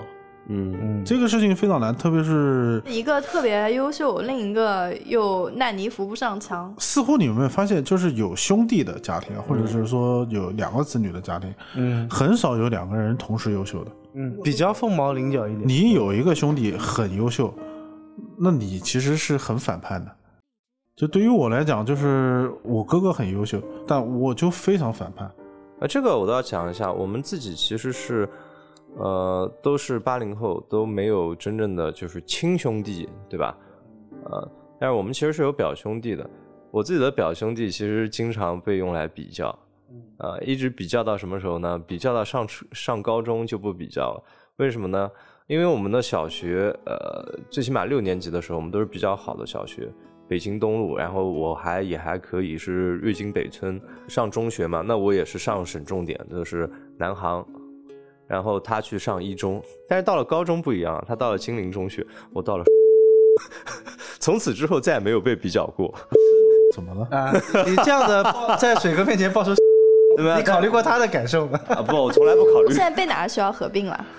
这个事情非常难，特别是一个特别优秀，另一个又烂泥扶不上墙。 似乎你有没有发现，就是有兄弟的家庭，或者是说有2个子女的家庭，很少有2个人同时优秀的， 比较凤毛麟角一点。 你有一个兄弟很优秀，那你其实是很反叛的。就对于我来讲，就是我哥哥很优秀，但我就非常反叛。 这个我都要讲一下，我们自己其实是都是80后，都没有真正的就是亲兄弟，对吧？但是我们其实是有表兄弟的。我自己的表兄弟其实经常被用来比较，一直比较到什么时候呢？比较到上高中就不比较了。为什么呢？因为我们的小学，最起码6年级的时候，我们都是比较好的小学。北京东路，然后我也还可以是瑞金北村。上中学嘛，那我也是上省重点，就是南航，然后他去上一中。但是到了高中不一样，他到了金陵中学，我到了从此之后再也没有被比较过。 怎么了啊？你这样的在水哥面前爆出你考虑过他的感受吗？ 不，我从来不考虑。 现在被哪个学校合并了？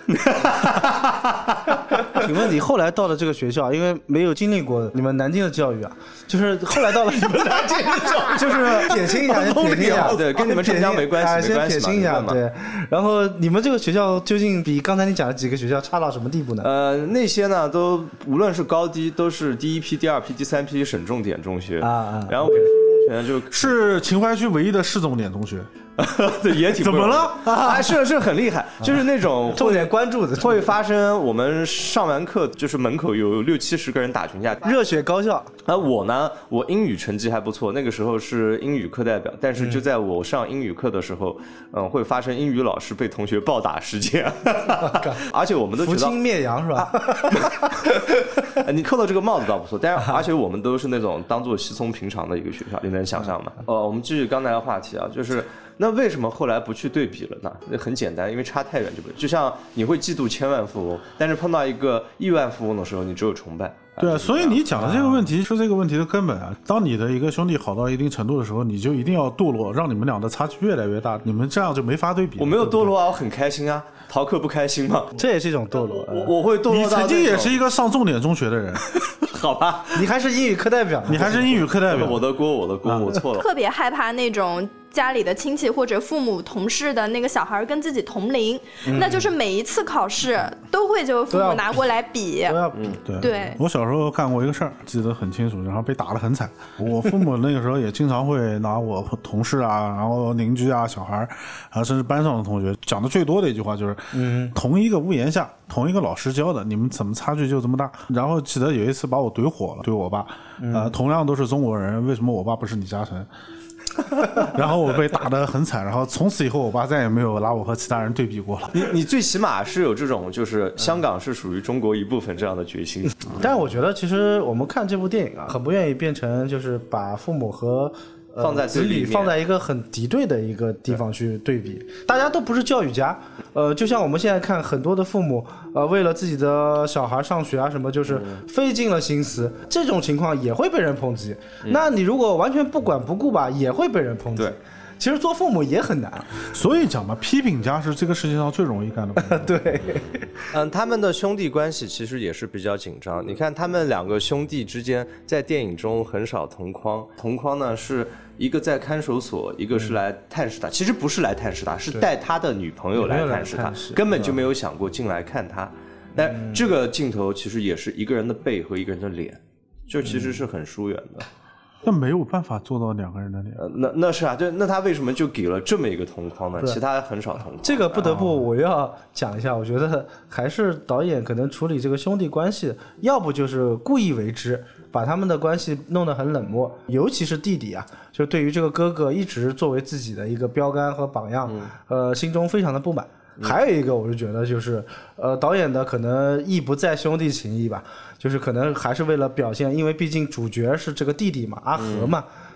请问你后来到了这个学校，因为没有经历过你们南京的教育啊，就是后来到了你们南京的教育，就是撇清一下，撇清一下， 对，跟你们浙江没关系，没关系， 先撇清一下，对。然后你们这个学校究竟比刚才你讲的几个学校差到什么地步呢？ 那些呢，都无论是高低，都是第1批、第2批、第3批省重点中学啊。然后是秦淮区唯一的市重点中学。 对，也挺怎么了？ 是很厉害，就是那种重点关注的会发生。我们上完课，就是门口有60-70个人打群架， 热血高校。 我呢，我英语成绩还不错，那个时候是英语课代表。但是就在我上英语课的时候，会发生英语老师被同学暴打事件，而且我们都觉得扶清灭洋是吧？ 你扣了这个帽子倒不错，但是而且我们都是那种当做稀松平常的一个学校，你能想象吗？我们继续刚才的话题啊，就是那为什么后来不去对比了呢？那很简单，因为差太远就像你会嫉妒千万富翁，但是碰到一个亿万富翁的时候，你只有崇拜。 对啊，所以你讲的这个问题是这个问题的根本啊。当你的一个兄弟好到一定程度的时候，你就一定要堕落，让你们俩的差距越来越大，你们这样就没法对比。 我没有堕落啊，我很开心啊。逃课不开心吗？ 这也是一种堕落。 我会堕落到你曾经也是一个上重点中学的人， 好吧？ 你还是英语课代表， 你还是英语课代表。 我的锅，我错了。 特别害怕那种家里的亲戚或者父母同事的那个小孩跟自己同龄，那就是每一次考试都会就父母拿过来比。 对，我小时候干过一个事儿，记得很清楚，然后被打得很惨。我父母那个时候也经常会拿我同事啊，然后邻居啊、小孩，然后甚至班上的同学讲的最多的一句话就是，同一个屋檐下，同一个老师教的，你们怎么差距就这么大？然后记得有一次把我怼火了，怼我爸，同样都是中国人，为什么我爸不是李嘉诚？然后我被打得很惨，然后从此以后我爸再也没有拿我和其他人对比过了。 你最起码是有这种就是香港是属于中国一部分这样的决心。 但是我觉得其实我们看这部电影啊，很不愿意变成就是把父母和放在子女放在一个很敌对的一个地方去对比，大家都不是教育家，就像我们现在看很多的父母，为了自己的小孩上学啊什么，就是费尽了心思，这种情况也会被人抨击。那你如果完全不管不顾吧，也会被人抨击。其实做父母也很难， 所以讲嘛，批评家是这个世界上最容易干的工作。 对， 他们的兄弟关系其实也是比较紧张。你看他们两个兄弟之间在电影中很少同框，同框呢是一个在看守所，一个是来探视他，其实不是来探视他，是带他的女朋友来探视他，根本就没有想过进来看他。但这个镜头其实也是一个人的背和一个人的脸，就其实是很疏远的。 那没有办法做到两个人的脸， 那是啊，那他为什么就给了这么一个同框呢？其他很少同框。 这个不得不我要讲一下，我觉得还是导演可能处理这个兄弟关系，要不就是故意为之，把他们的关系弄得很冷漠，尤其是弟弟啊，就对于这个哥哥一直作为自己的一个标杆和榜样，心中非常的不满。还有一个我是觉得就是导演的可能意不在兄弟情谊吧，就是可能还是为了表现，因为毕竟主角是这个弟弟嘛，阿和嘛，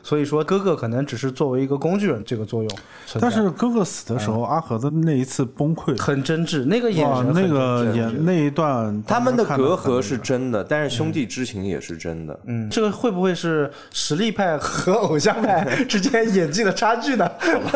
所以说哥哥可能只是作为一个工具人这个作用存在。 但是哥哥死的时候，阿和的那一次崩溃很真挚，那个眼神很真挚， 那个那一段， 他们的隔阂是真的，但是兄弟之情也是真的。 这个会不会是实力派和偶像派之间演技的差距呢？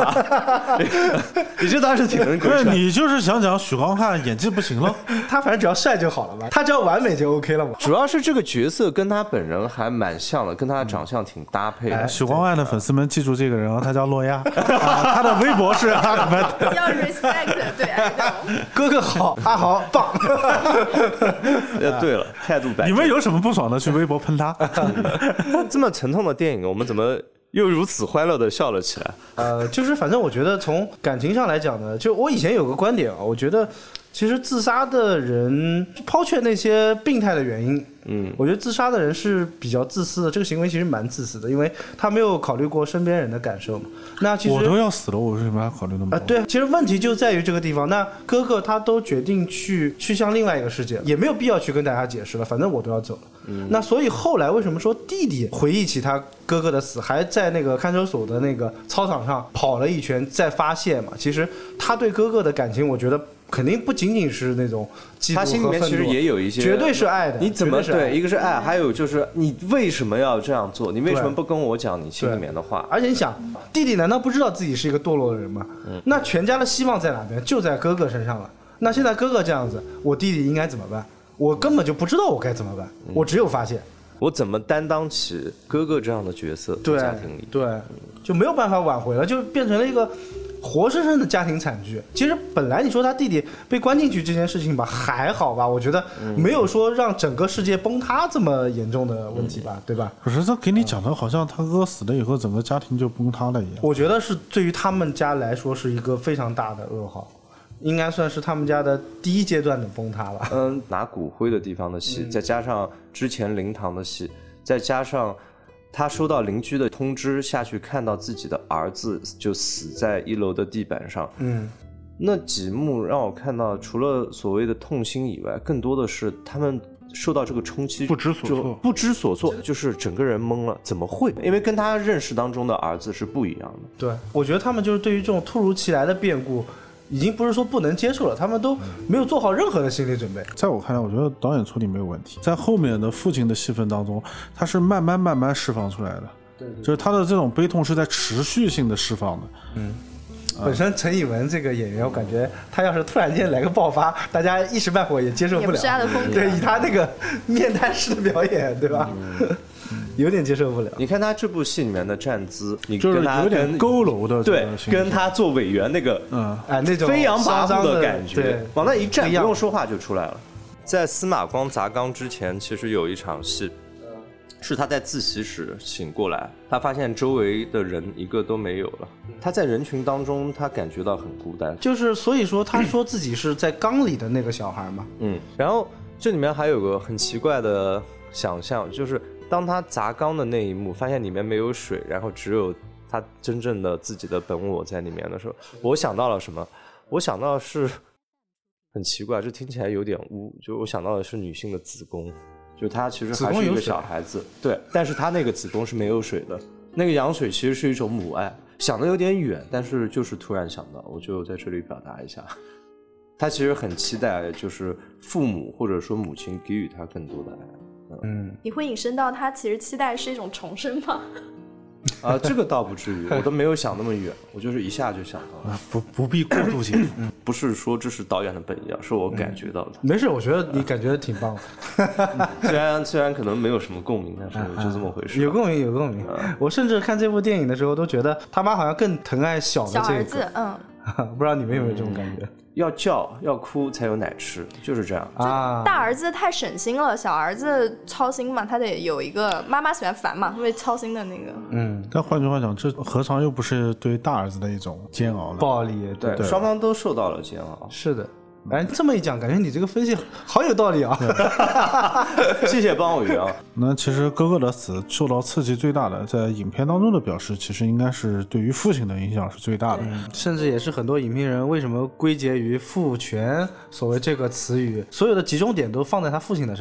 你这倒是挺能不是你就是想讲许光汉演技不行了？ 他反正只要帅就好了嘛，他只要完美就 OK 了嘛。 主要是这个角色跟他本人还蛮像的，跟他的长相挺搭配的。 许光汉的粉丝们记住这个人，他叫洛亚，他的微博是阿和。 要 respect 对爱豆。 哥哥好，阿豪棒。 对了，态度摆。 你们有什么不爽的，去微博喷他。 这么沉痛的电影，我们怎么又如此欢乐的笑了起来？ 就是反正我觉得从感情上来讲呢，就我以前有个观点啊，我觉得其实自杀的人，抛却那些病态的原因，我觉得自杀的人是比较自私的，这个行为其实蛮自私的，因为他没有考虑过身边人的感受嘛。那其实我都要死了，我为什么要考虑那么多？ 对，其实问题就在于这个地方。那哥哥他都决定去向另外一个世界，也没有必要去跟大家解释了，反正我都要走了。那所以后来为什么说弟弟回忆起他哥哥的死，还在那个看守所的那个操场上跑了一圈再发泄嘛？其实他对哥哥的感情，我觉得肯定不仅仅是那种嫉妒和愤怒， 他心里面其实也有一些， 绝对是爱的。 你怎么对？一个是爱，还有就是你为什么要这样做？你为什么不跟我讲你心里面的话？ 而且你想，弟弟难道不知道自己是一个堕落的人吗？那全家的希望在哪边？就在哥哥身上了。那现在哥哥这样子，我弟弟应该怎么办？我根本就不知道我该怎么办，我只有发泄。 我怎么担当起哥哥这样的角色？在家庭里， 对，就没有办法挽回了，就变成了一个活生生的家庭惨剧。其实本来你说他弟弟被关进去这件事情吧，还好吧，我觉得没有说让整个世界崩塌这么严重的问题吧，对吧？ 可是这给你讲的好像他哥死了以后，整个家庭就崩塌了一样。 我觉得是对于他们家来说是一个非常大的噩耗。应该算是他们家的第一阶段的崩塌了。 拿骨灰的地方的戏，再加上之前灵堂的戏，再加上他收到邻居的通知下去看到自己的儿子就死在1楼的地板上，那几幕让我看到除了所谓的痛心以外，更多的是他们受到这个冲击不知所措， 就是整个人懵了，怎么会？因为跟他认识当中的儿子是不一样的。 对，我觉得他们就是对于这种突如其来的变故已经不是说不能接受了，他们都没有做好任何的心理准备。 在我看来，我觉得导演处理没有问题。在后面的父亲的戏份当中，他是慢慢释放出来的，对，就是他的这种悲痛是在持续性的释放的。 本身陈以文这个演员，我感觉他要是突然间来个爆发，大家一时半会也接受不了， 也不是他的风格。 对，以他那个面瘫式的表演，对吧？有点接受不了。 你看他这部戏里面的站姿，你就是有点佝偻的， 对，跟他做委员那个， 那种飞扬跋扈的感觉， 对， 往那一站，不用说话就出来了。在司马光砸缸之前，其实有一场戏，是他在自习室醒过来，他发现周围的人一个都没有了，他在人群当中，他感觉到很孤单。 就是所以说，他说自己是在缸里的那个小孩嘛。 然后这里面还有个很奇怪的想象，就是当他砸缸的那一幕，发现里面没有水，然后只有他真正的自己的本我在里面的时候，我想到了什么？我想到的是很奇怪，这听起来有点污，就我想到的是女性的子宫，就她其实还是一个小孩子，对，但是她那个子宫是没有水的，那个羊水其实是一种母爱。想的有点远，但是就是突然想到，我就在这里表达一下。他其实很期待，就是父母或者说母亲给予他更多的爱。 你会引申到他其实期待是一种重生吗？ 这个倒不至于，我都没有想那么远，我就是一下就想到了。 不必过度解读。 不是说这是导演的本意，是我感觉到的。 没事，我觉得你感觉挺棒的。虽然可能没有什么共鸣，但是就这么回事。 有共鸣。我甚至看这部电影的时候都觉得他妈好像更疼爱小的这个儿子。 不知道你们有没有这种感觉？ 要叫要哭才有奶吃，就是这样啊。大儿子太省心了，小儿子操心嘛，他得有一个妈妈喜欢烦嘛，会操心的那个。 但换句话讲，这何尝又不是对大儿子的一种煎熬呢？ 暴力，对， 双方都受到了煎熬。 是的。哎，这么一讲，感觉你这个分析好有道理啊！ 谢谢帮我圆。 那其实哥哥的死受到刺激最大的，在影片当中的表示，其实应该是对于父亲的影响是最大的， 甚至也是很多影评人为什么归结于父权所谓这个词语，所有的集中点都放在他父亲的身上。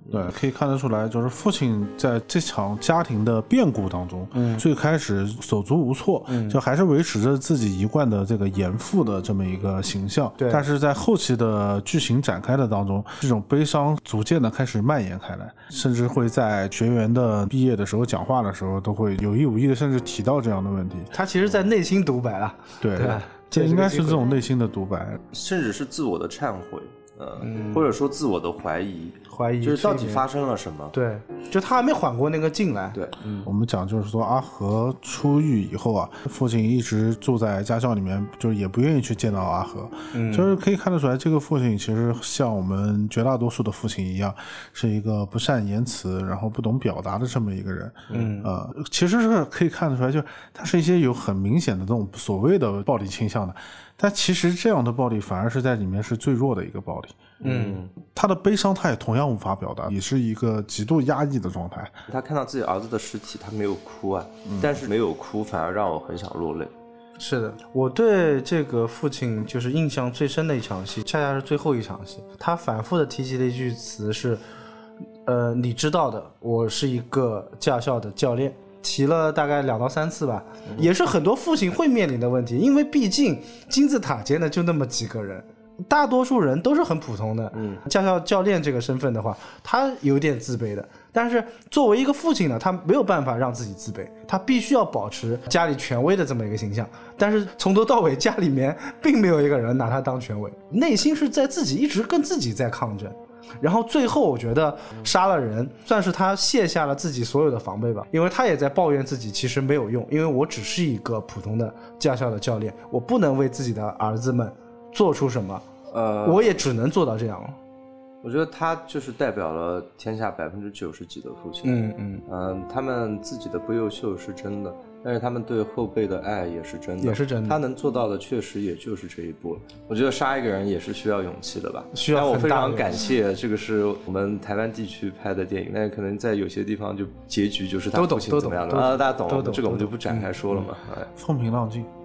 对，可以看得出来，就是父亲在这场家庭的变故当中，最开始手足无措，就还是维持着自己一贯的这个严父的这么一个形象。 对， 但是在后期的剧情展开的当中，这种悲伤逐渐的开始蔓延开来，甚至会在学员的毕业的时候讲话的时候，都会有意无意的甚至提到这样的问题。 他其实在内心独白啊。 对，这应该是这种内心的独白， 甚至是自我的忏悔。或者说自我的怀疑，就是到底发生了什么？ 对，就他还没缓过那个劲来。 对， 我们讲就是说阿和出狱以后啊，父亲一直住在家校里面，就是也不愿意去见到阿和，就是可以看得出来，这个父亲其实像我们绝大多数的父亲一样，是一个不善言辞，然后不懂表达的这么一个人。其实是可以看得出来，就是他是一些有很明显的这种所谓的暴力倾向的。但其实这样的暴力反而是在里面是最弱的一个暴力。他的悲伤他也同样无法表达，也是一个极度压抑的状态。 他看到自己儿子的尸体，他没有哭啊，但是没有哭反而让我很想落泪。 是的，我对这个父亲就是印象最深的一场戏，恰恰是最后一场戏。他反复的提及的一句词是你知道的，我是一个驾校的教练。提了大概2到3次吧，也是很多父亲会面临的问题，因为毕竟金字塔尖的就那么几个人，大多数人都是很普通的。驾校教练这个身份的话，他有点自卑的，但是作为一个父亲呢，他没有办法让自己自卑，他必须要保持家里权威的这么一个形象，但是从头到尾家里面并没有一个人拿他当权威，内心是在自己一直跟自己在抗争。然后最后我觉得杀了人算是他卸下了自己所有的防备吧，因为他也在抱怨自己其实没有用，因为我只是一个普通的驾校的教练，我不能为自己的儿子们做出什么，我也只能做到这样了。 我觉得他就是代表了天下90%几的父亲。他们自己的不优秀是真的，但是他们对后辈的爱也是真的， 也是真的。 他能做到的确实也就是这一步。我觉得杀一个人也是需要勇气的吧， 需要很大的勇气。 但我非常感谢这个是我们台湾地区拍的电影，但是可能在有些地方就结局就是他父亲怎么样的，大家懂，这个我们就不展开说了嘛。 风平浪静。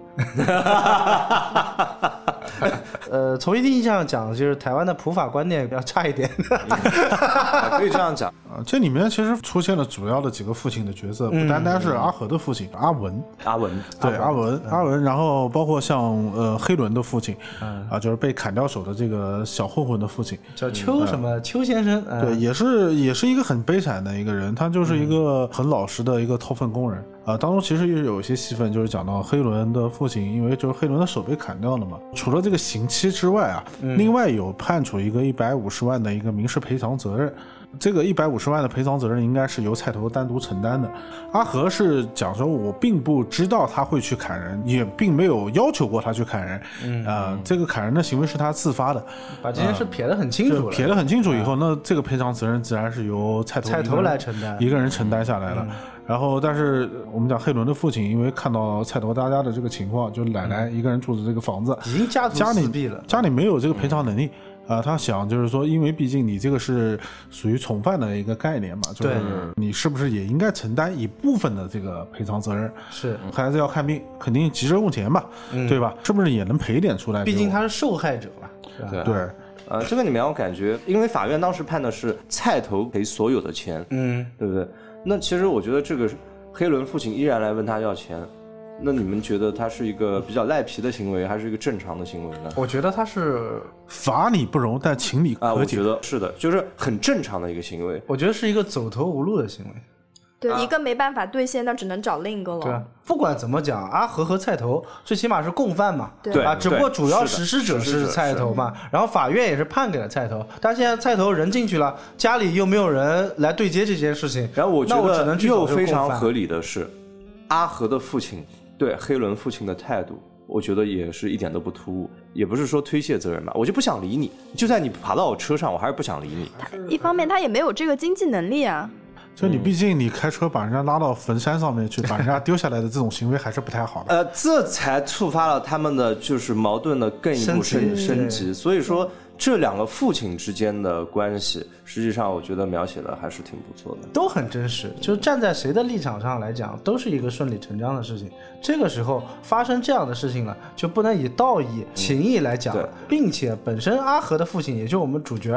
从一定意义上讲，就是台湾的普法观念比较差一点。 可以这样讲。 这里面其实出现了主要的几个父亲的角色，不单单是阿和的父亲阿文，对阿文，然后包括像黑伦的父亲，就是被砍掉手的这个小混混的父亲， 叫邱什么邱先生， 对，也是一个很悲惨的一个人，他就是一个很老实的一个掏粪工人。当中其实也有一些戏份，就是讲到黑伦的父亲，因为就是黑伦的手被砍掉了嘛，除了这个刑期之外啊，另外有判处一个150万的一个民事赔偿责任。这个150万的赔偿责任应该是由菜头单独承担的。阿和是讲说，我并不知道他会去砍人，也并没有要求过他去砍人。这个砍人的行为是他自发的， 把这件事撇得很清楚了。 撇得很清楚以后，那这个赔偿责任自然是由菜头来承担， 一个人承担下来了。然后，但是我们讲黑伦的父亲，因为看到菜头大家的这个情况，就奶奶一个人住的这个房子， 已经家徒四壁了， 家里没有这个赔偿能力。他想就是说，因为毕竟你这个是属于从犯的一个概念嘛，就是你是不是也应该承担一部分的这个赔偿责任？ 是， 孩子要看病，肯定急着用钱嘛，对吧？是不是也能赔点出来？ 毕竟他是受害者嘛。 对。 这个里面我感觉，因为法院当时判的是菜头赔所有的钱，对不对？那其实我觉得这个黑伦父亲依然来问他要钱。那你们觉得他是一个比较赖皮的行为，还是一个正常的行为呢？ 我觉得他是法理不容，但情理可解。 我觉得是的，就是很正常的一个行为。 我觉得是一个走投无路的行为。 对，一个没办法兑现，那只能找另一个了。 对，不管怎么讲，阿和菜头最起码是共犯嘛， 对啊，只不过主要实施者是菜头嘛，然后法院也是判给了菜头，但现在菜头人进去了，家里又没有人来对接这件事情， 然后我觉得又非常合理的是，阿和的父亲对黑伦父亲的态度，我觉得也是一点都不突兀，也不是说推卸责任吧，我就不想理你，就算你爬到我车上，我还是不想理你。 一方面他也没有这个经济能力啊。 就你毕竟你开车把人家拉到坟山上面去，把人家丢下来的这种行为还是不太好的。 这才触发了他们的就是矛盾的更一步升级。所以说这两个父亲之间的关系，实际上我觉得描写的还是挺不错的， 都很真实。就站在谁的立场上来讲，都是一个顺理成章的事情。这个时候发生这样的事情了，就不能以道义、情义来讲了，并且本身阿和的父亲，也就是我们主角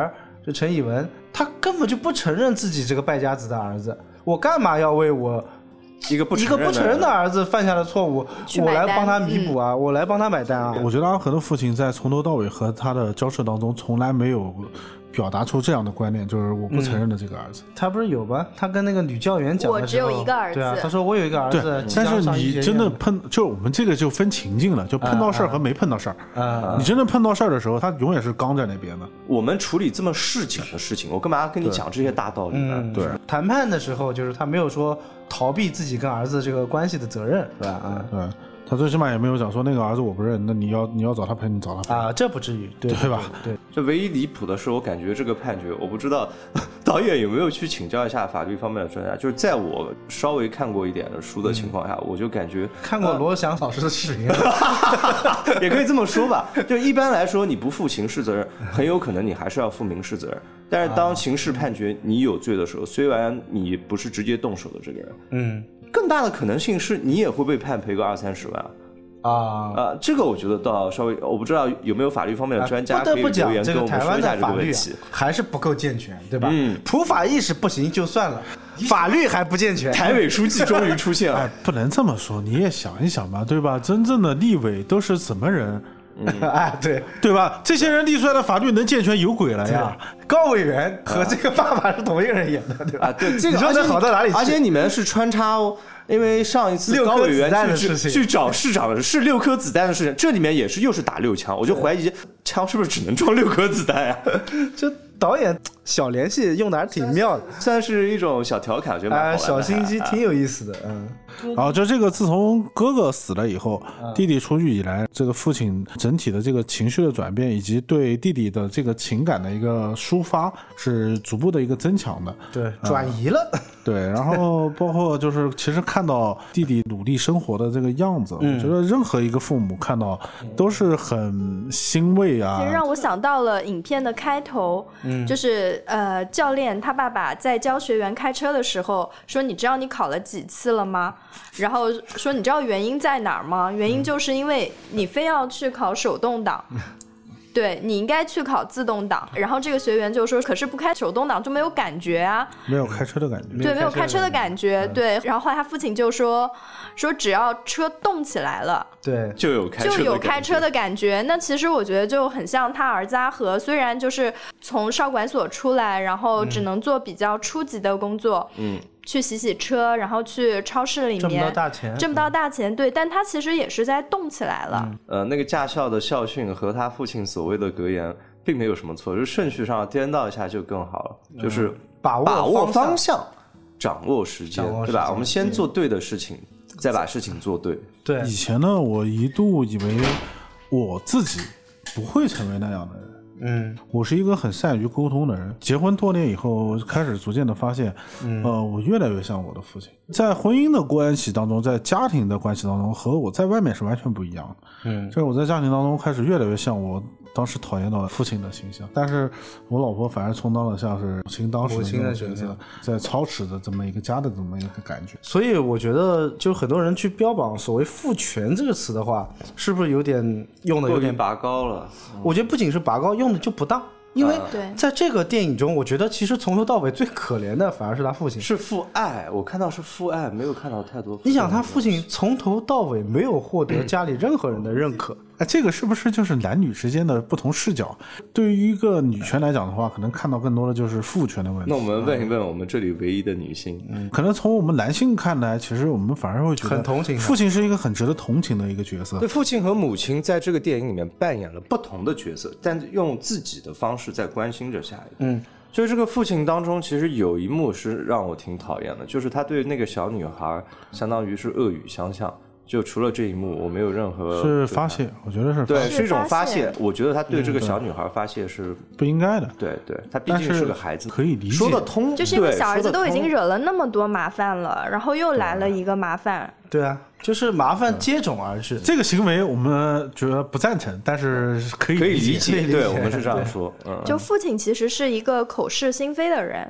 就陈以文，他根本就不承认自己这个败家子的儿子，我干嘛要为我一个不承认的儿子犯下的错误，我来帮他弥补啊，我来帮他买单啊。 我觉得阿和的父亲在从头到尾和他的交涉当中，从来没有表达出这样的观念，就是我不承认的这个儿子。 他不是有吗？他跟那个女教员讲的时候， 我只有一个儿子。 对啊，他说我有一个儿子。 对，但是你真的就我们这个就分情境了，就碰到事儿和没碰到事儿。你真正碰到事儿的时候，他永远是刚在那边的。 我们处理这么市井的事情，我干嘛跟你讲这些大道理呢？ 对， 谈判的时候，就是他没有说逃避自己跟儿子这个关系的责任，是吧？ 对。他最起码也没有讲说那个儿子我不认，那你要找他赔，你找他赔啊，这不至于，对吧？ 对， 这唯一离谱的是，我感觉这个判决，我不知道导演有没有去请教一下法律方面的专家。就是在我稍微看过一点的书的情况下，我就感觉看过罗翔老师的视频， 也可以这么说吧。就一般来说，你不负刑事责任，很有可能你还是要负民事责任。但是当刑事判决你有罪的时候，虽然你不是直接动手的这个人，更大的可能性是你也会被判赔个20-30万这个我觉得倒稍微，我不知道有没有法律方面的专家可以留言跟我们说一下这个问题。 还是不够健全，对吧？普法意识不行就算了，法律还不健全。 台委书记终于出现了， 不能这么说，你也想一想吧，对吧？真正的立委都是什么人？对吧？这些人立出来的法律能健全有鬼了呀！ 高委员和这个爸爸是同一个人演的，对吧？ 对，这个你说这好到哪里去？ 而且你们是穿插哦。因为上一次高委员去找市长是6颗子弹的事情，这里面也是又是打6枪，我就怀疑枪是不是只能装6颗子弹呀？ 这导演小联系用的还挺妙的， 算是一种小调侃，我觉得蛮好玩的。 小心机挺有意思的， 然后就这个，自从哥哥死了以后，弟弟出狱以来，这个父亲整体的这个情绪的转变，以及对弟弟的这个情感的一个抒发，是逐步的一个增强的。 对，转移了。 对，然后包括就是其实看到弟弟努力生活的这个样子，我觉得任何一个父母看到都是很欣慰啊。 其实让我想到了影片的开头，就是教练他爸爸在教学员开车的时候说：“你知道你考了几次了吗？”然后说：“你知道原因在哪儿吗？原因就是因为你非要去考手动挡。”对，你应该去考自动挡。然后这个学员就说：“可是不开手动挡就没有感觉啊， 没有开车的感觉。” 对，没有开车的感觉。对，然后后来他父亲就说只要车动起来了， 对， 就有开车的感觉。那其实我觉得就很像他儿子阿和，虽然就是从少管所出来，然后只能做比较初级的工作，去洗车，然后去超市里面挣不到大钱，对，但他其实也是在动起来了。 那个驾校的校训和他父亲所谓的格言并没有什么错，就是顺序上颠倒一下就更好了，就是把握方向，掌握时间，对吧？我们先做对的事情，再把事情做对。 对， 以前呢，我一度以为我自己不会成为那样的人。我是一个很善于沟通的人。结婚多年以后，开始逐渐的发现，我越来越像我的父亲。在婚姻的关系当中，在家庭的关系当中，和我在外面是完全不一样的。就是我在家庭当中开始越来越像我当时讨厌到父亲的形象，但是我老婆反而充当了像是母亲当时的那种角色，在操持着这么一个家的这么一个感觉。 所以我觉得，就很多人去标榜所谓父权这个词的话，是不是有点用的有点拔高了？ 我觉得不仅是拔高，用的就不当。因为在这个电影中，我觉得其实从头到尾最可怜的反而是他父亲， 是父爱。我看到是父爱，没有看到太多。 你想，他父亲从头到尾没有获得家里任何人的认可。 这个是不是就是男女之间的不同视角？对于一个女权来讲的话，可能看到更多的就是父权的问题。 那我们问一问我们这里唯一的女性， 可能从我们男性看来，其实我们反而会觉得很同情父亲是一个很值得同情的一个角色。 对，父亲和母亲在这个电影里面扮演了不同的角色，但用自己的方式在关心着下一代。就是这个父亲当中，其实有一幕是让我挺讨厌的，就是他对那个小女孩相当于是恶语相向。就除了这一幕，我没有任何是发泄，我觉得是对，是一种发泄。我觉得他对这个小女孩发泄是不应该的。 对，他毕竟是个孩子， 可以理解， 说得通。 就是因为小儿子都已经惹了那么多麻烦了，然后又来了一个麻烦。 对啊，就是麻烦接踵而至。 这个行为我们觉得不赞成，但是可以理解。 对，我们是这样说。 就父亲其实是一个口是心非的人。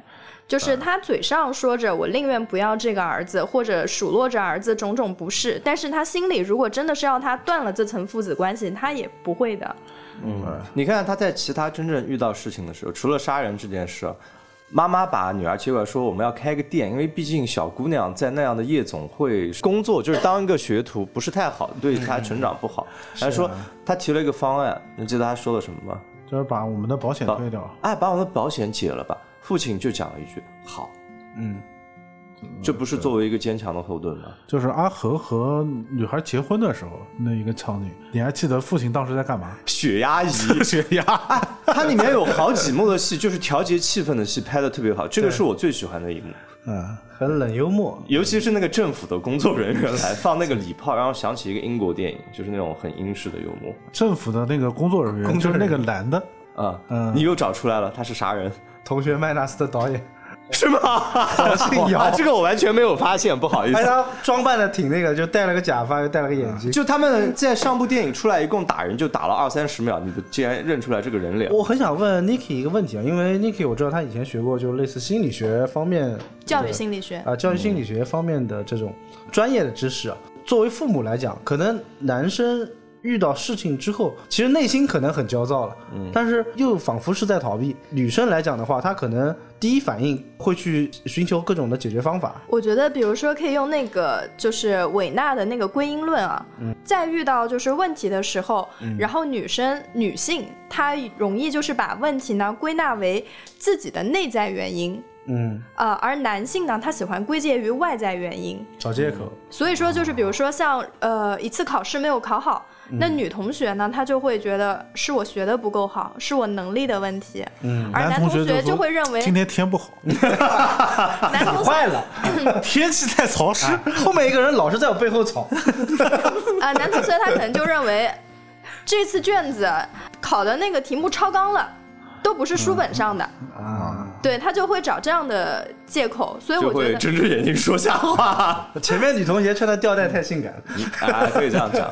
就是他嘴上说着我宁愿不要这个儿子，或者数落着儿子种种不是，但是他心里如果真的是要他断了这层父子关系，他也不会的。 你看他在其他真正遇到事情的时候，除了杀人这件事，妈妈把女儿接过来说我们要开个店，因为毕竟小姑娘在那样的夜总会工作，就是当一个学徒不是太好，对她成长不好。还说她提了一个方案，你记得她说了什么吗？ 就是把我们的保险退掉， 把我们的保险解了吧。父亲就讲了一句好。这不是作为一个坚强的后盾吗？ 就是阿和和女孩结婚的时候那一个场景，你还记得父亲当时在干嘛？ 血压仪， 血压。 它里面有好几幕的戏，就是调节气氛的戏，拍得特别好，这个是我最喜欢的一幕。 很冷幽默， 尤其是那个政府的工作人员来放那个礼炮，让我想起一个英国电影，就是那种很英式的幽默。 政府的那个工作人员就是那个男的你又找出来了，他是啥人？ 同学麦纳斯的导演。 是吗？好像有这个我完全没有发现，不好意思。 他装扮的挺那个，就戴了个假发，又戴了个眼镜。 就他们在上部电影出来，一共打人就打了20-30秒，你竟然认出来这个人脸。 我很想问 Niki 一个问题啊，因为 Niki 我知道他以前学过，就类似心理学方面， 教育心理学教育心理学方面的这种专业的知识啊。作为父母来讲，可能男生遇到事情之后，其实内心可能很焦躁了，但是又仿佛是在逃避。女生来讲的话，她可能第一反应会去寻求各种的解决方法。 我觉得比如说可以用那个就是韦纳的那个归因论啊，在遇到就是问题的时候，然后女性她容易就是把问题呢归纳为自己的内在原因，而男性呢他喜欢归结于外在原因， 找借口。 所以说就是比如说像一次考试没有考好，那女同学呢她就会觉得是我学的不够好，是我能力的问题，而男同学就会认为今天天不好， 男同学坏了， 天气太潮湿， 后面一个人老是在我背后吵。 男同学他可能就认为这次卷子考的那个题目超纲了，都不是书本上的对，他就会找这样的借口，所以我觉得就会睁着眼睛说瞎话。 前面女同学穿的吊带太性感了可以这样讲。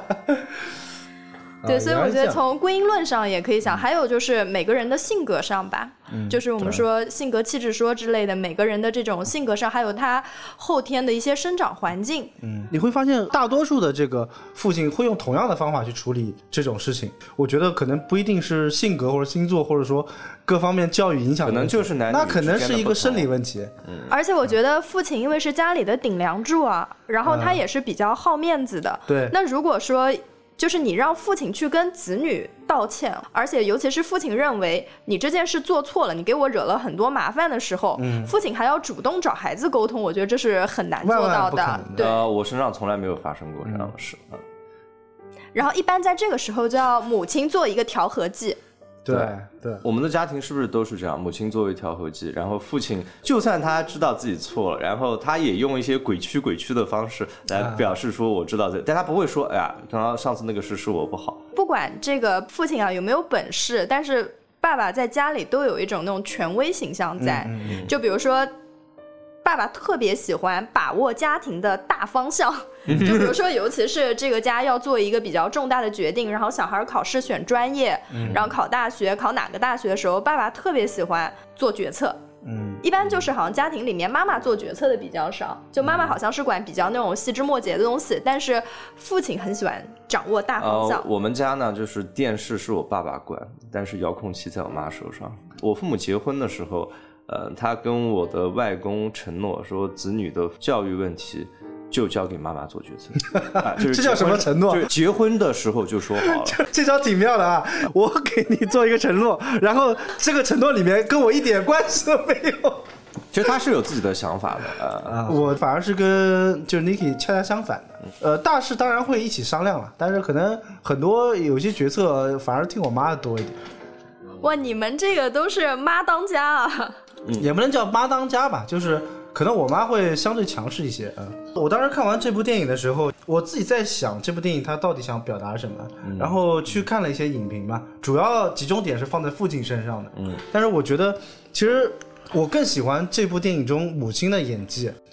对，所以我觉得从归因论上也可以想，还有就是每个人的性格上吧，就是我们说性格气质说之类的，每个人的这种性格上，还有他后天的一些生长环境。 你会发现大多数的这个父亲会用同样的方法去处理这种事情。我觉得可能不一定是性格或者星座，或者说各方面教育影响的问题， 可能就是男女那可能是一个生理问题。 而且我觉得父亲因为是家里的顶梁柱啊，然后他也是比较好面子的。 对， 那如果说就是你让父亲去跟子女道歉，而且尤其是父亲认为你这件事做错了，你给我惹了很多麻烦的时候，父亲还要主动找孩子沟通，我觉得这是很难做到的。对， 我身上从来没有发生过这样的事。 然后一般在这个时候就要母亲做一个调和剂。 对， 我们的家庭是不是都是这样？母亲作为调和剂，然后父亲就算他知道自己错了，然后他也用一些鬼屈的方式来表示说我知道这但他不会说哎呀，刚刚上次那个事是我不好。 不管这个父亲啊有没有本事，但是爸爸在家里都有一种那种权威形象在，就比如说爸爸特别喜欢把握家庭的大方向，就比如说尤其是这个家要做一个比较重大的决定，然后小孩考试选专业，然后考大学考哪个大学的时候，爸爸特别喜欢做决策。一般就是好像家庭里面妈妈做决策的比较少，就妈妈好像是管比较那种细枝末节的东西，但是父亲很喜欢掌握大方向。 我们家呢就是电视是我爸爸管，但是遥控器在我妈手上。我父母结婚的时候他跟我的外公承诺说子女的教育问题就交给妈妈做决策。就是这叫什么承诺？ 就是结婚的时候就说好了。 这招挺妙的啊！我给你做一个承诺，然后这个承诺里面跟我一点关系都没有。 其实他是有自己的想法的。 我反而是跟就是 Niki 恰恰相反的。大事当然会一起商量了，但是可能很多有些决策反而听我妈的多一点。 哇，你们这个都是妈当家啊！ 也不能叫妈当家吧，就是可能我妈会相对强势一些。我当时看完这部电影的时候，我自己在想这部电影它到底想表达什么，然后去看了一些影评嘛，主要集中点是放在父亲身上的。但是我觉得其实我更喜欢这部电影中母亲的演技。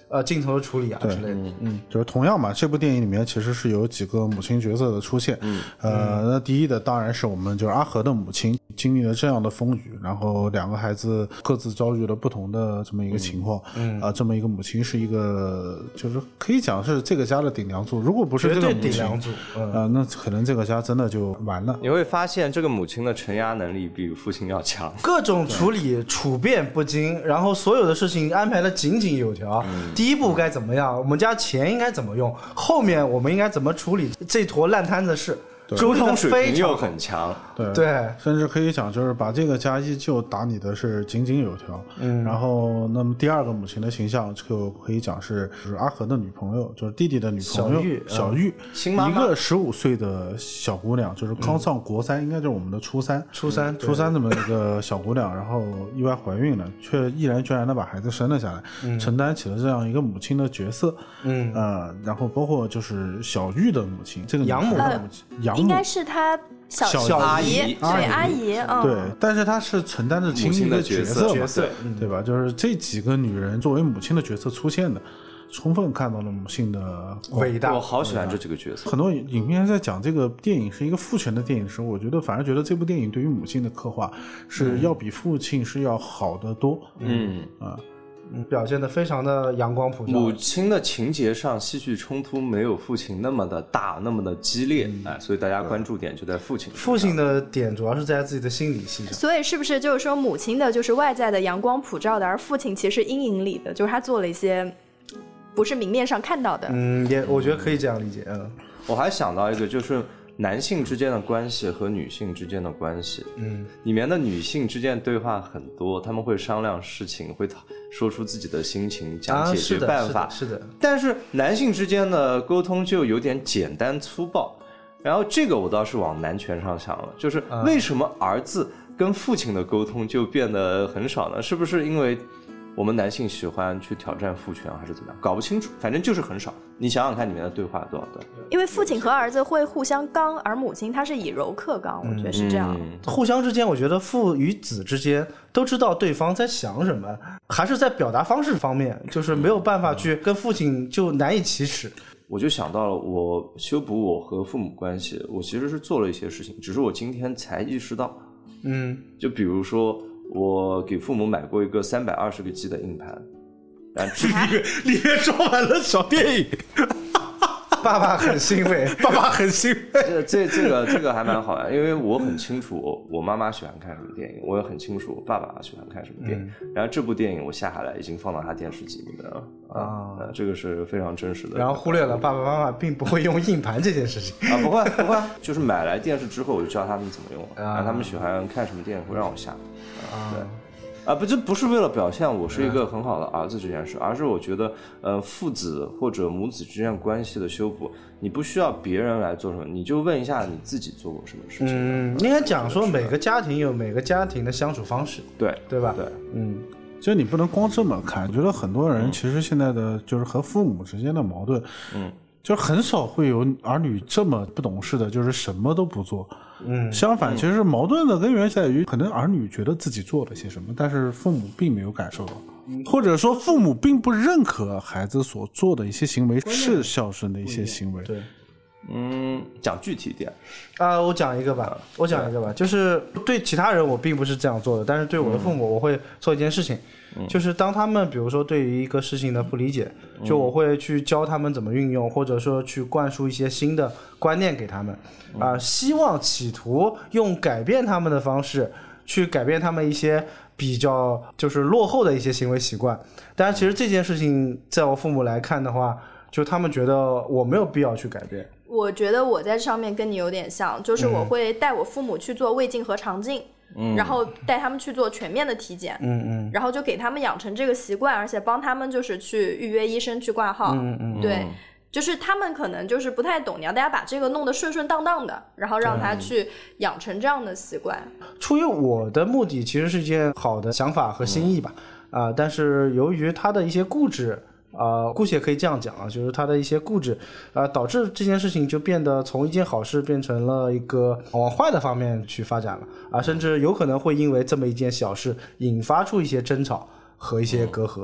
镜头的处理啊之类的。 就是同样嘛，这部电影里面其实是有几个母亲角色的出现。那第一的当然是我们就是阿和的母亲，经历了这样的风雨，然后两个孩子各自遭遇了不同的这么一个情况。这么一个母亲是一个，就是可以讲是这个家的顶梁柱。如果不是这个母亲， 绝对顶梁柱。 那可能这个家真的就完了。 你会发现这个母亲的承压能力比父亲要强， 各种处理处变不惊，然后所有的事情安排的井井有条。第一步该怎么样，我们家钱应该怎么用，后面我们应该怎么处理这坨烂摊子事， 沟通水平又很强。 对， 甚至可以讲就是把这个家依旧打理的是井井有条。然后那么第二个母亲的形象就可以讲是阿和的女朋友，就是弟弟的女朋友小玉，一个15岁的小姑娘，就是刚上国3，应该就是我们的初三这么一个小姑娘，然后意外怀孕了，却毅然决然的把孩子生了下来，承担起了这样一个母亲的角色。然后包括就是小玉的母亲，这个养母的母亲，养母应该是她小阿姨， 对阿姨。 对，但是她是承担着亲密的角色嘛，对吧？就是这几个女人作为母亲的角色出现的，充分看到了母性的伟大。 我好喜欢这几个角色。 很多影片在讲这个电影是一个父权的电影的时候，我反而觉得这部电影对于母性的刻画是要比父亲是要好得多。 表现得非常的阳光普照。 母亲的情节上戏剧冲突没有父亲那么的大，那么的激烈。所以大家关注点就在父亲。 父亲的点主要是在自己的心理戏上。 所以是不是就是说母亲的就是外在的阳光普照的，而父亲其实阴影里的，就是他做了一些不是明面上看到的。 我觉得可以这样理解。 我还想到一个，就是男性之间的关系和女性之间的关系。里面的女性之间的对话很多，他们会商量事情，会说出自己的心情，讲解决办法。 是的。 但是男性之间的沟通就有点简单粗暴。然后这个我倒是往男权上想了，就是为什么儿子跟父亲的沟通就变得很少呢？是不是因为我们男性喜欢去挑战父权，还是怎么样？搞不清楚，反正就是很少。你想想看里面的对话多少段？ 因为父亲和儿子会互相刚，而母亲她是以柔克刚，我觉得是这样。 互相之间，我觉得父与子之间都知道对方在想什么，还是在表达方式方面，就是没有办法去跟父亲就难以启齿。 我就想到了，我修补我和父母关系，我其实是做了一些事情，只是我今天才意识到。就比如说我给父母买过一个320个 G 的硬盘，然后里面装满了小电影。 爸爸很欣慰， 爸爸很欣慰。 这个还蛮好的，因为我很清楚我妈妈喜欢看什么电影，我也很清楚我爸爸喜欢看什么电影。然后这部电影我下下来已经放到他电视机里面了。这个是非常真实的。 然后忽略了爸爸妈妈并不会用硬盘这件事情。 不会，就是买来电视之后我就教他们怎么用，然后他们喜欢看什么电影会让我下。对。这不是为了表现我是一个很好的儿子这件事，而是我觉得，父子或者母子之间关系的修补，你不需要别人来做什么，你就问一下你自己做过什么事情。 应该讲说每个家庭有每个家庭的相处方式，对吧？ 对， 其实你不能光这么看，我觉得很多人其实现在的就是和父母之间的矛盾，就是很少会有儿女这么不懂事的，就是什么都不做。相反，其实矛盾的根源在于，可能儿女觉得自己做了些什么，但是父母并没有感受到，或者说父母并不认可孩子所做的一些行为是孝顺的一些行为。 对。 讲具体一点我讲一个吧，就是对其他人我并不是这样做的，但是对我的父母我会做一件事情，就是当他们比如说对于一个事情的不理解，就我会去教他们怎么运用，或者说去灌输一些新的观念给他们，希望企图用改变他们的方式去改变他们一些比较就是落后的一些行为习惯。但是其实这件事情在我父母来看的话，就他们觉得我没有必要去改变。 我觉得我在这上面跟你有点像，就是我会带我父母去做胃镜和肠镜，然后带他们去做全面的体检，然后就给他们养成这个习惯，而且帮他们就是去预约医生去挂号，对，就是他们可能就是不太懂，你要大家把这个弄得顺顺当当的，然后让他去养成这样的习惯。 出于我的目的其实是一件好的想法和心意吧，但是由于他的一些固执，姑且可以这样讲就是他的一些固执，导致这件事情就变得从一件好事变成了一个往坏的方面去发展了，甚至有可能会因为这么一件小事引发出一些争吵和一些隔阂，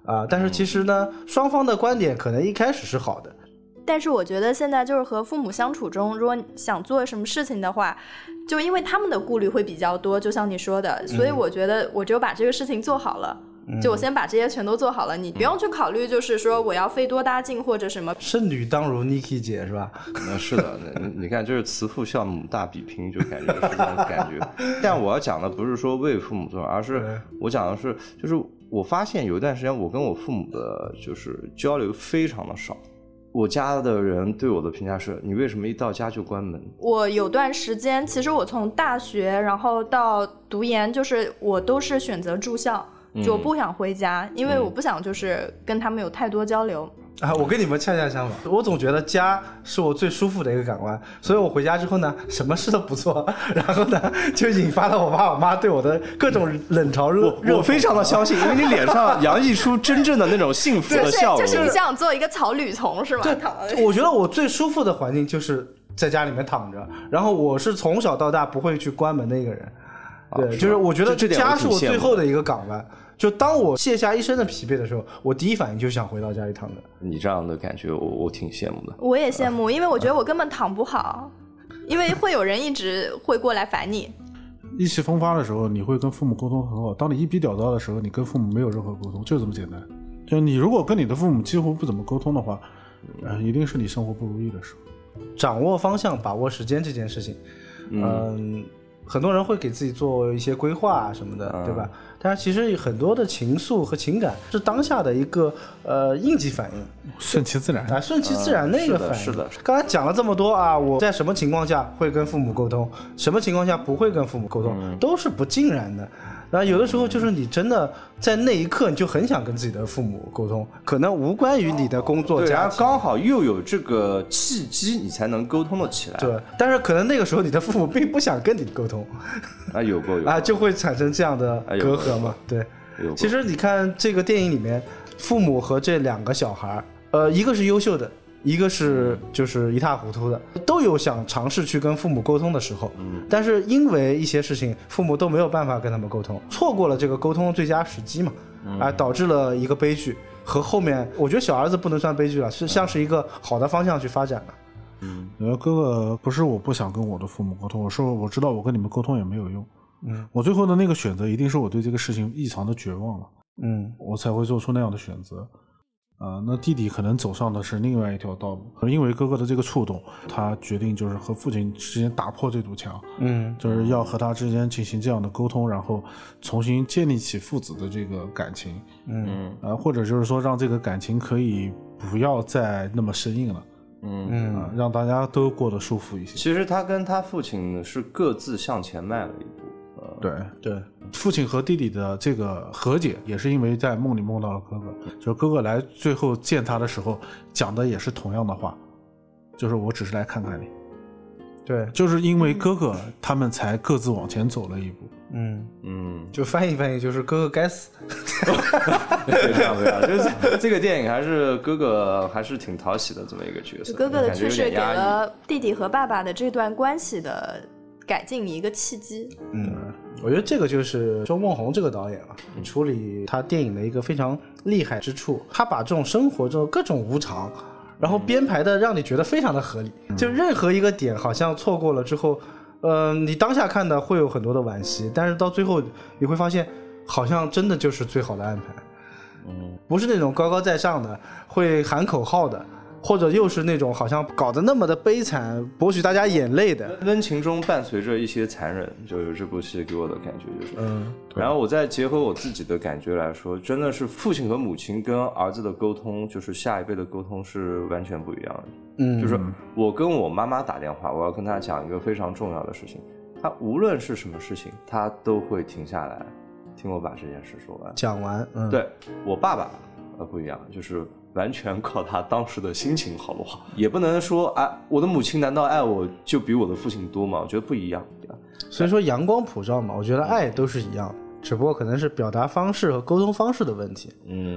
但是其实呢，双方的观点可能一开始是好的。 但是我觉得现在就是和父母相处中，如果想做什么事情的话，就因为他们的顾虑会比较多，就像你说的，所以我觉得我只有把这个事情做好了，就我先把这些全都做好了，你不用去考虑就是说我要费多大劲或者什么。 剩女当如 Niki 姐是吧？ 是的，你看，就是慈父孝母大比拼，就感觉是这种感觉。但我要讲的不是说为父母做，而是我讲的是，就是我发现有一段时间我跟我父母的就是交流非常的少。我家的人对我的评价是，你为什么一到家就关门？ 我有段时间，其实我从大学然后到读研，就是我都是选择住校，就我不想回家，因为我不想就是跟他们有太多交流。 我跟你们恰恰相反，我总觉得家是我最舒服的一个港湾，所以我回家之后呢，什么事都不做，然后呢，就引发了我爸我妈对我的各种冷嘲热讽。 我非常的相信，因为你脸上洋溢出真正的那种幸福的笑容。 就是你想做一个草履虫是吗？ 对，我觉得我最舒服的环境就是在家里面躺着，然后我是从小到大不会去关门的一个人。对，就是我觉得家是我最后的一个港湾。就当我卸下一身的疲惫的时候，我第一反应就想回到家里躺着。 你这样的感觉我挺羡慕的。 我也羡慕，因为我觉得我根本躺不好，因为会有人一直会过来烦你。 意气风发的时候你会跟父母沟通很好，当你一笔了当的时候你跟父母没有任何沟通，就这么简单。就你如果跟你的父母几乎不怎么沟通的话，一定是你生活不如意的时候。 掌握方向把握时间这件事情，很多人会给自己做一些规划什么的，对吧？但是其实很多的情愫和情感是当下的一个应激反应， 顺其自然顺其自然的一个反应。 是的。 刚才讲了这么多我在什么情况下会跟父母沟通，什么情况下不会跟父母沟通，都是不尽然的。然后有的时候就是你真的在那一刻你就很想跟自己的父母沟通，可能无关于你的工作家庭， 刚好又有这个契机你才能沟通得起来。 对，但是可能那个时候你的父母并不想跟你沟通有过就会产生这样的隔阂嘛。对，其实你看这个电影里面父母和这两个小孩一个是优秀的，一个是就是一塌糊涂的，都有想尝试去跟父母沟通的时候，但是因为一些事情父母都没有办法跟他们沟通，错过了这个沟通的最佳时机嘛，导致了一个悲剧。和后面我觉得小儿子不能算悲剧了，是像是一个好的方向去发展了。 哥哥不是我不想跟我的父母沟通，我知道我跟你们沟通也没有用。我最后的那个选择一定是我对这个事情异常的绝望了，我才会做出那样的选择。那弟弟可能走上的是另外一条道路，因为哥哥的这个触动，他决定就是和父亲之间打破这堵墙，就是要和他之间进行这样的沟通，然后重新建立起父子的这个感情，或者就是说让这个感情可以不要再那么生硬了，让大家都过得舒服一些。 其实他跟他父亲是各自向前迈了一步。 对，父亲和弟弟的这个和解也是因为在梦里梦到了哥哥，就是哥哥来最后见他的时候讲的也是同样的话，就是我只是来看看你。 对， 就是因为哥哥他们才各自往前走了一步。 就翻译就是哥哥该死。 这样就是这个电影还是哥哥还是挺讨喜的这么一个角色。 哥哥的去世给了弟弟和爸爸的这段关系的改进一个契机。 我觉得这个就是周梦红这个导演处理他电影的一个非常厉害之处，他把这种生活中各种无常然后编排的让你觉得非常的合理，就任何一个点好像错过了之后你当下看的会有很多的惋惜，但是到最后你会发现好像真的就是最好的安排。不是那种高高在上的会喊口号的，或者又是那种好像搞得那么的悲惨博取大家眼泪的， 温情中伴随着一些残忍，就是这部戏给我的感觉就是然后我再结合我自己的感觉来说，真的是父亲和母亲跟儿子的沟通，就是下一辈的沟通是完全不一样的。就是我跟我妈妈打电话，我要跟她讲一个非常重要的事情，她无论是什么事情她都会停下来听我把这件事说完讲完。 对，我爸爸不一样，就是完全靠他当时的心情好不好，也不能说我的母亲难道爱我就比我的父亲多吗？我觉得不一样。 所以说阳光普照嘛，我觉得爱都是一样的，只不过可能是表达方式和沟通方式的问题。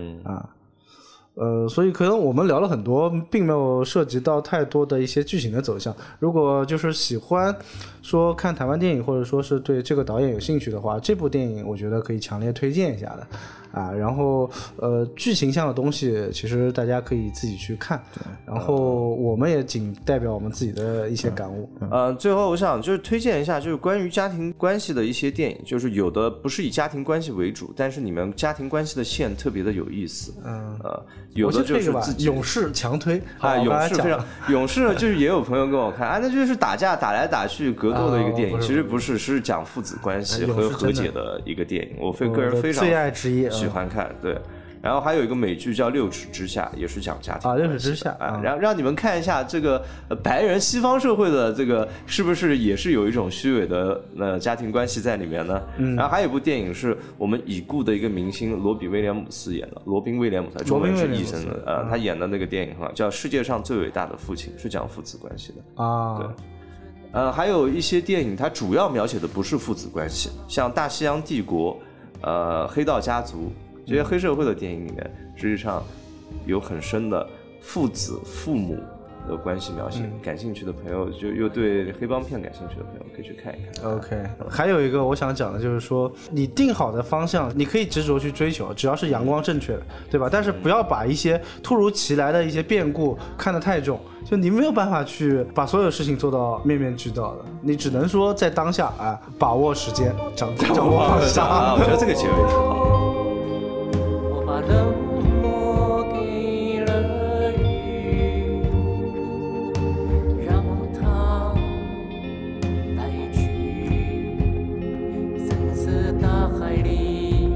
所以可能我们聊了很多，并没有涉及到太多的一些剧情的走向。如果就是喜欢说看台湾电影，或者说是对这个导演有兴趣的话，这部电影我觉得可以强烈推荐一下的。 啊，然后剧情向的东西其实大家可以自己去看，然后我们也仅代表我们自己的一些感悟。 最后我想就是推荐一下，就是关于家庭关系的一些电影，就是有的不是以家庭关系为主，但是你们家庭关系的线特别的有意思。有的就是自己勇士强推勇士非常勇士呢，就是也有朋友跟我看那就是打架打来打去格斗的一个电影，其实不是，是讲父子关系和和解的一个电影，我个人非常最爱之一喜欢看。对，然后还有一个美剧叫《六尺之下》，也是讲家庭 6尺之下然后让你们看一下这个白人西方社会的这个是不是也是有一种虚伪的家庭关系在里面呢？然后还有一部电影是我们已故的一个明星罗宾威廉姆斯演的，罗宾威廉姆斯中文是译成的他演的那个电影叫《世界上最伟大的父亲》，是讲父子关系的啊。对，还有一些电影它主要描写的不是父子关系，像《大西洋帝国》黑道家族这些黑社会的电影里面，实际上有很深的父子父母的关系描写。感兴趣的朋友，就又对黑帮片感兴趣的朋友可以去看一看。 OK， 还有一个我想讲的就是说，你定好的方向，你可以执着去追求，只要是阳光正确的，对吧？但是不要把一些突如其来的一些变故看得太重，就你没有办法去把所有事情做到面面俱到的，你只能说在当下把握时间，掌握方向。 我觉得这个结尾挺好。 冷漠给了雨，让它带去深色大海里。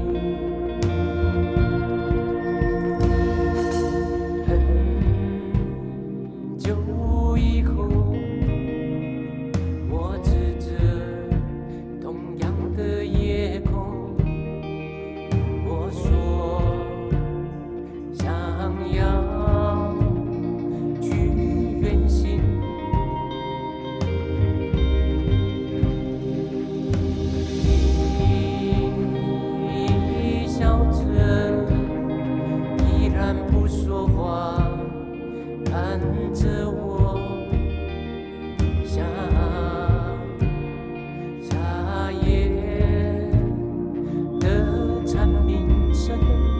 很久以后，我指着同样的夜空，我说要去远行，你笑着，依然不说话，看着我，像夏夜的蝉鸣声。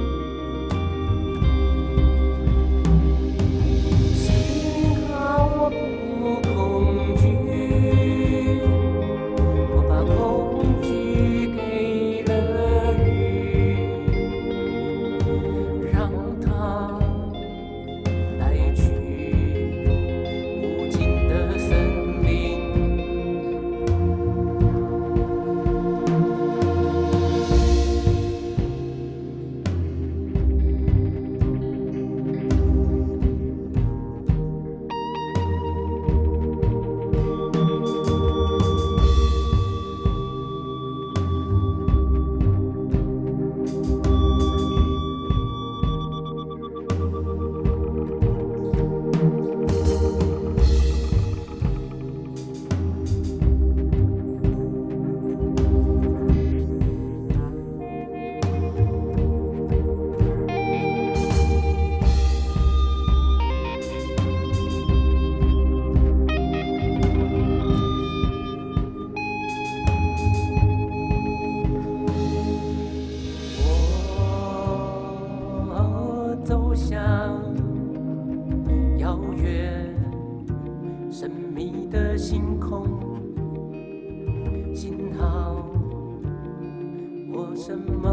什么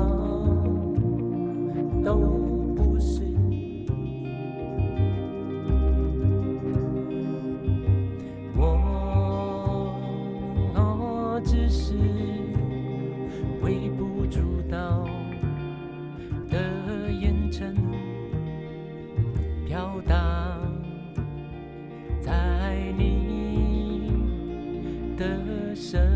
都不是，我只是微不足道的烟尘，飘荡在你的身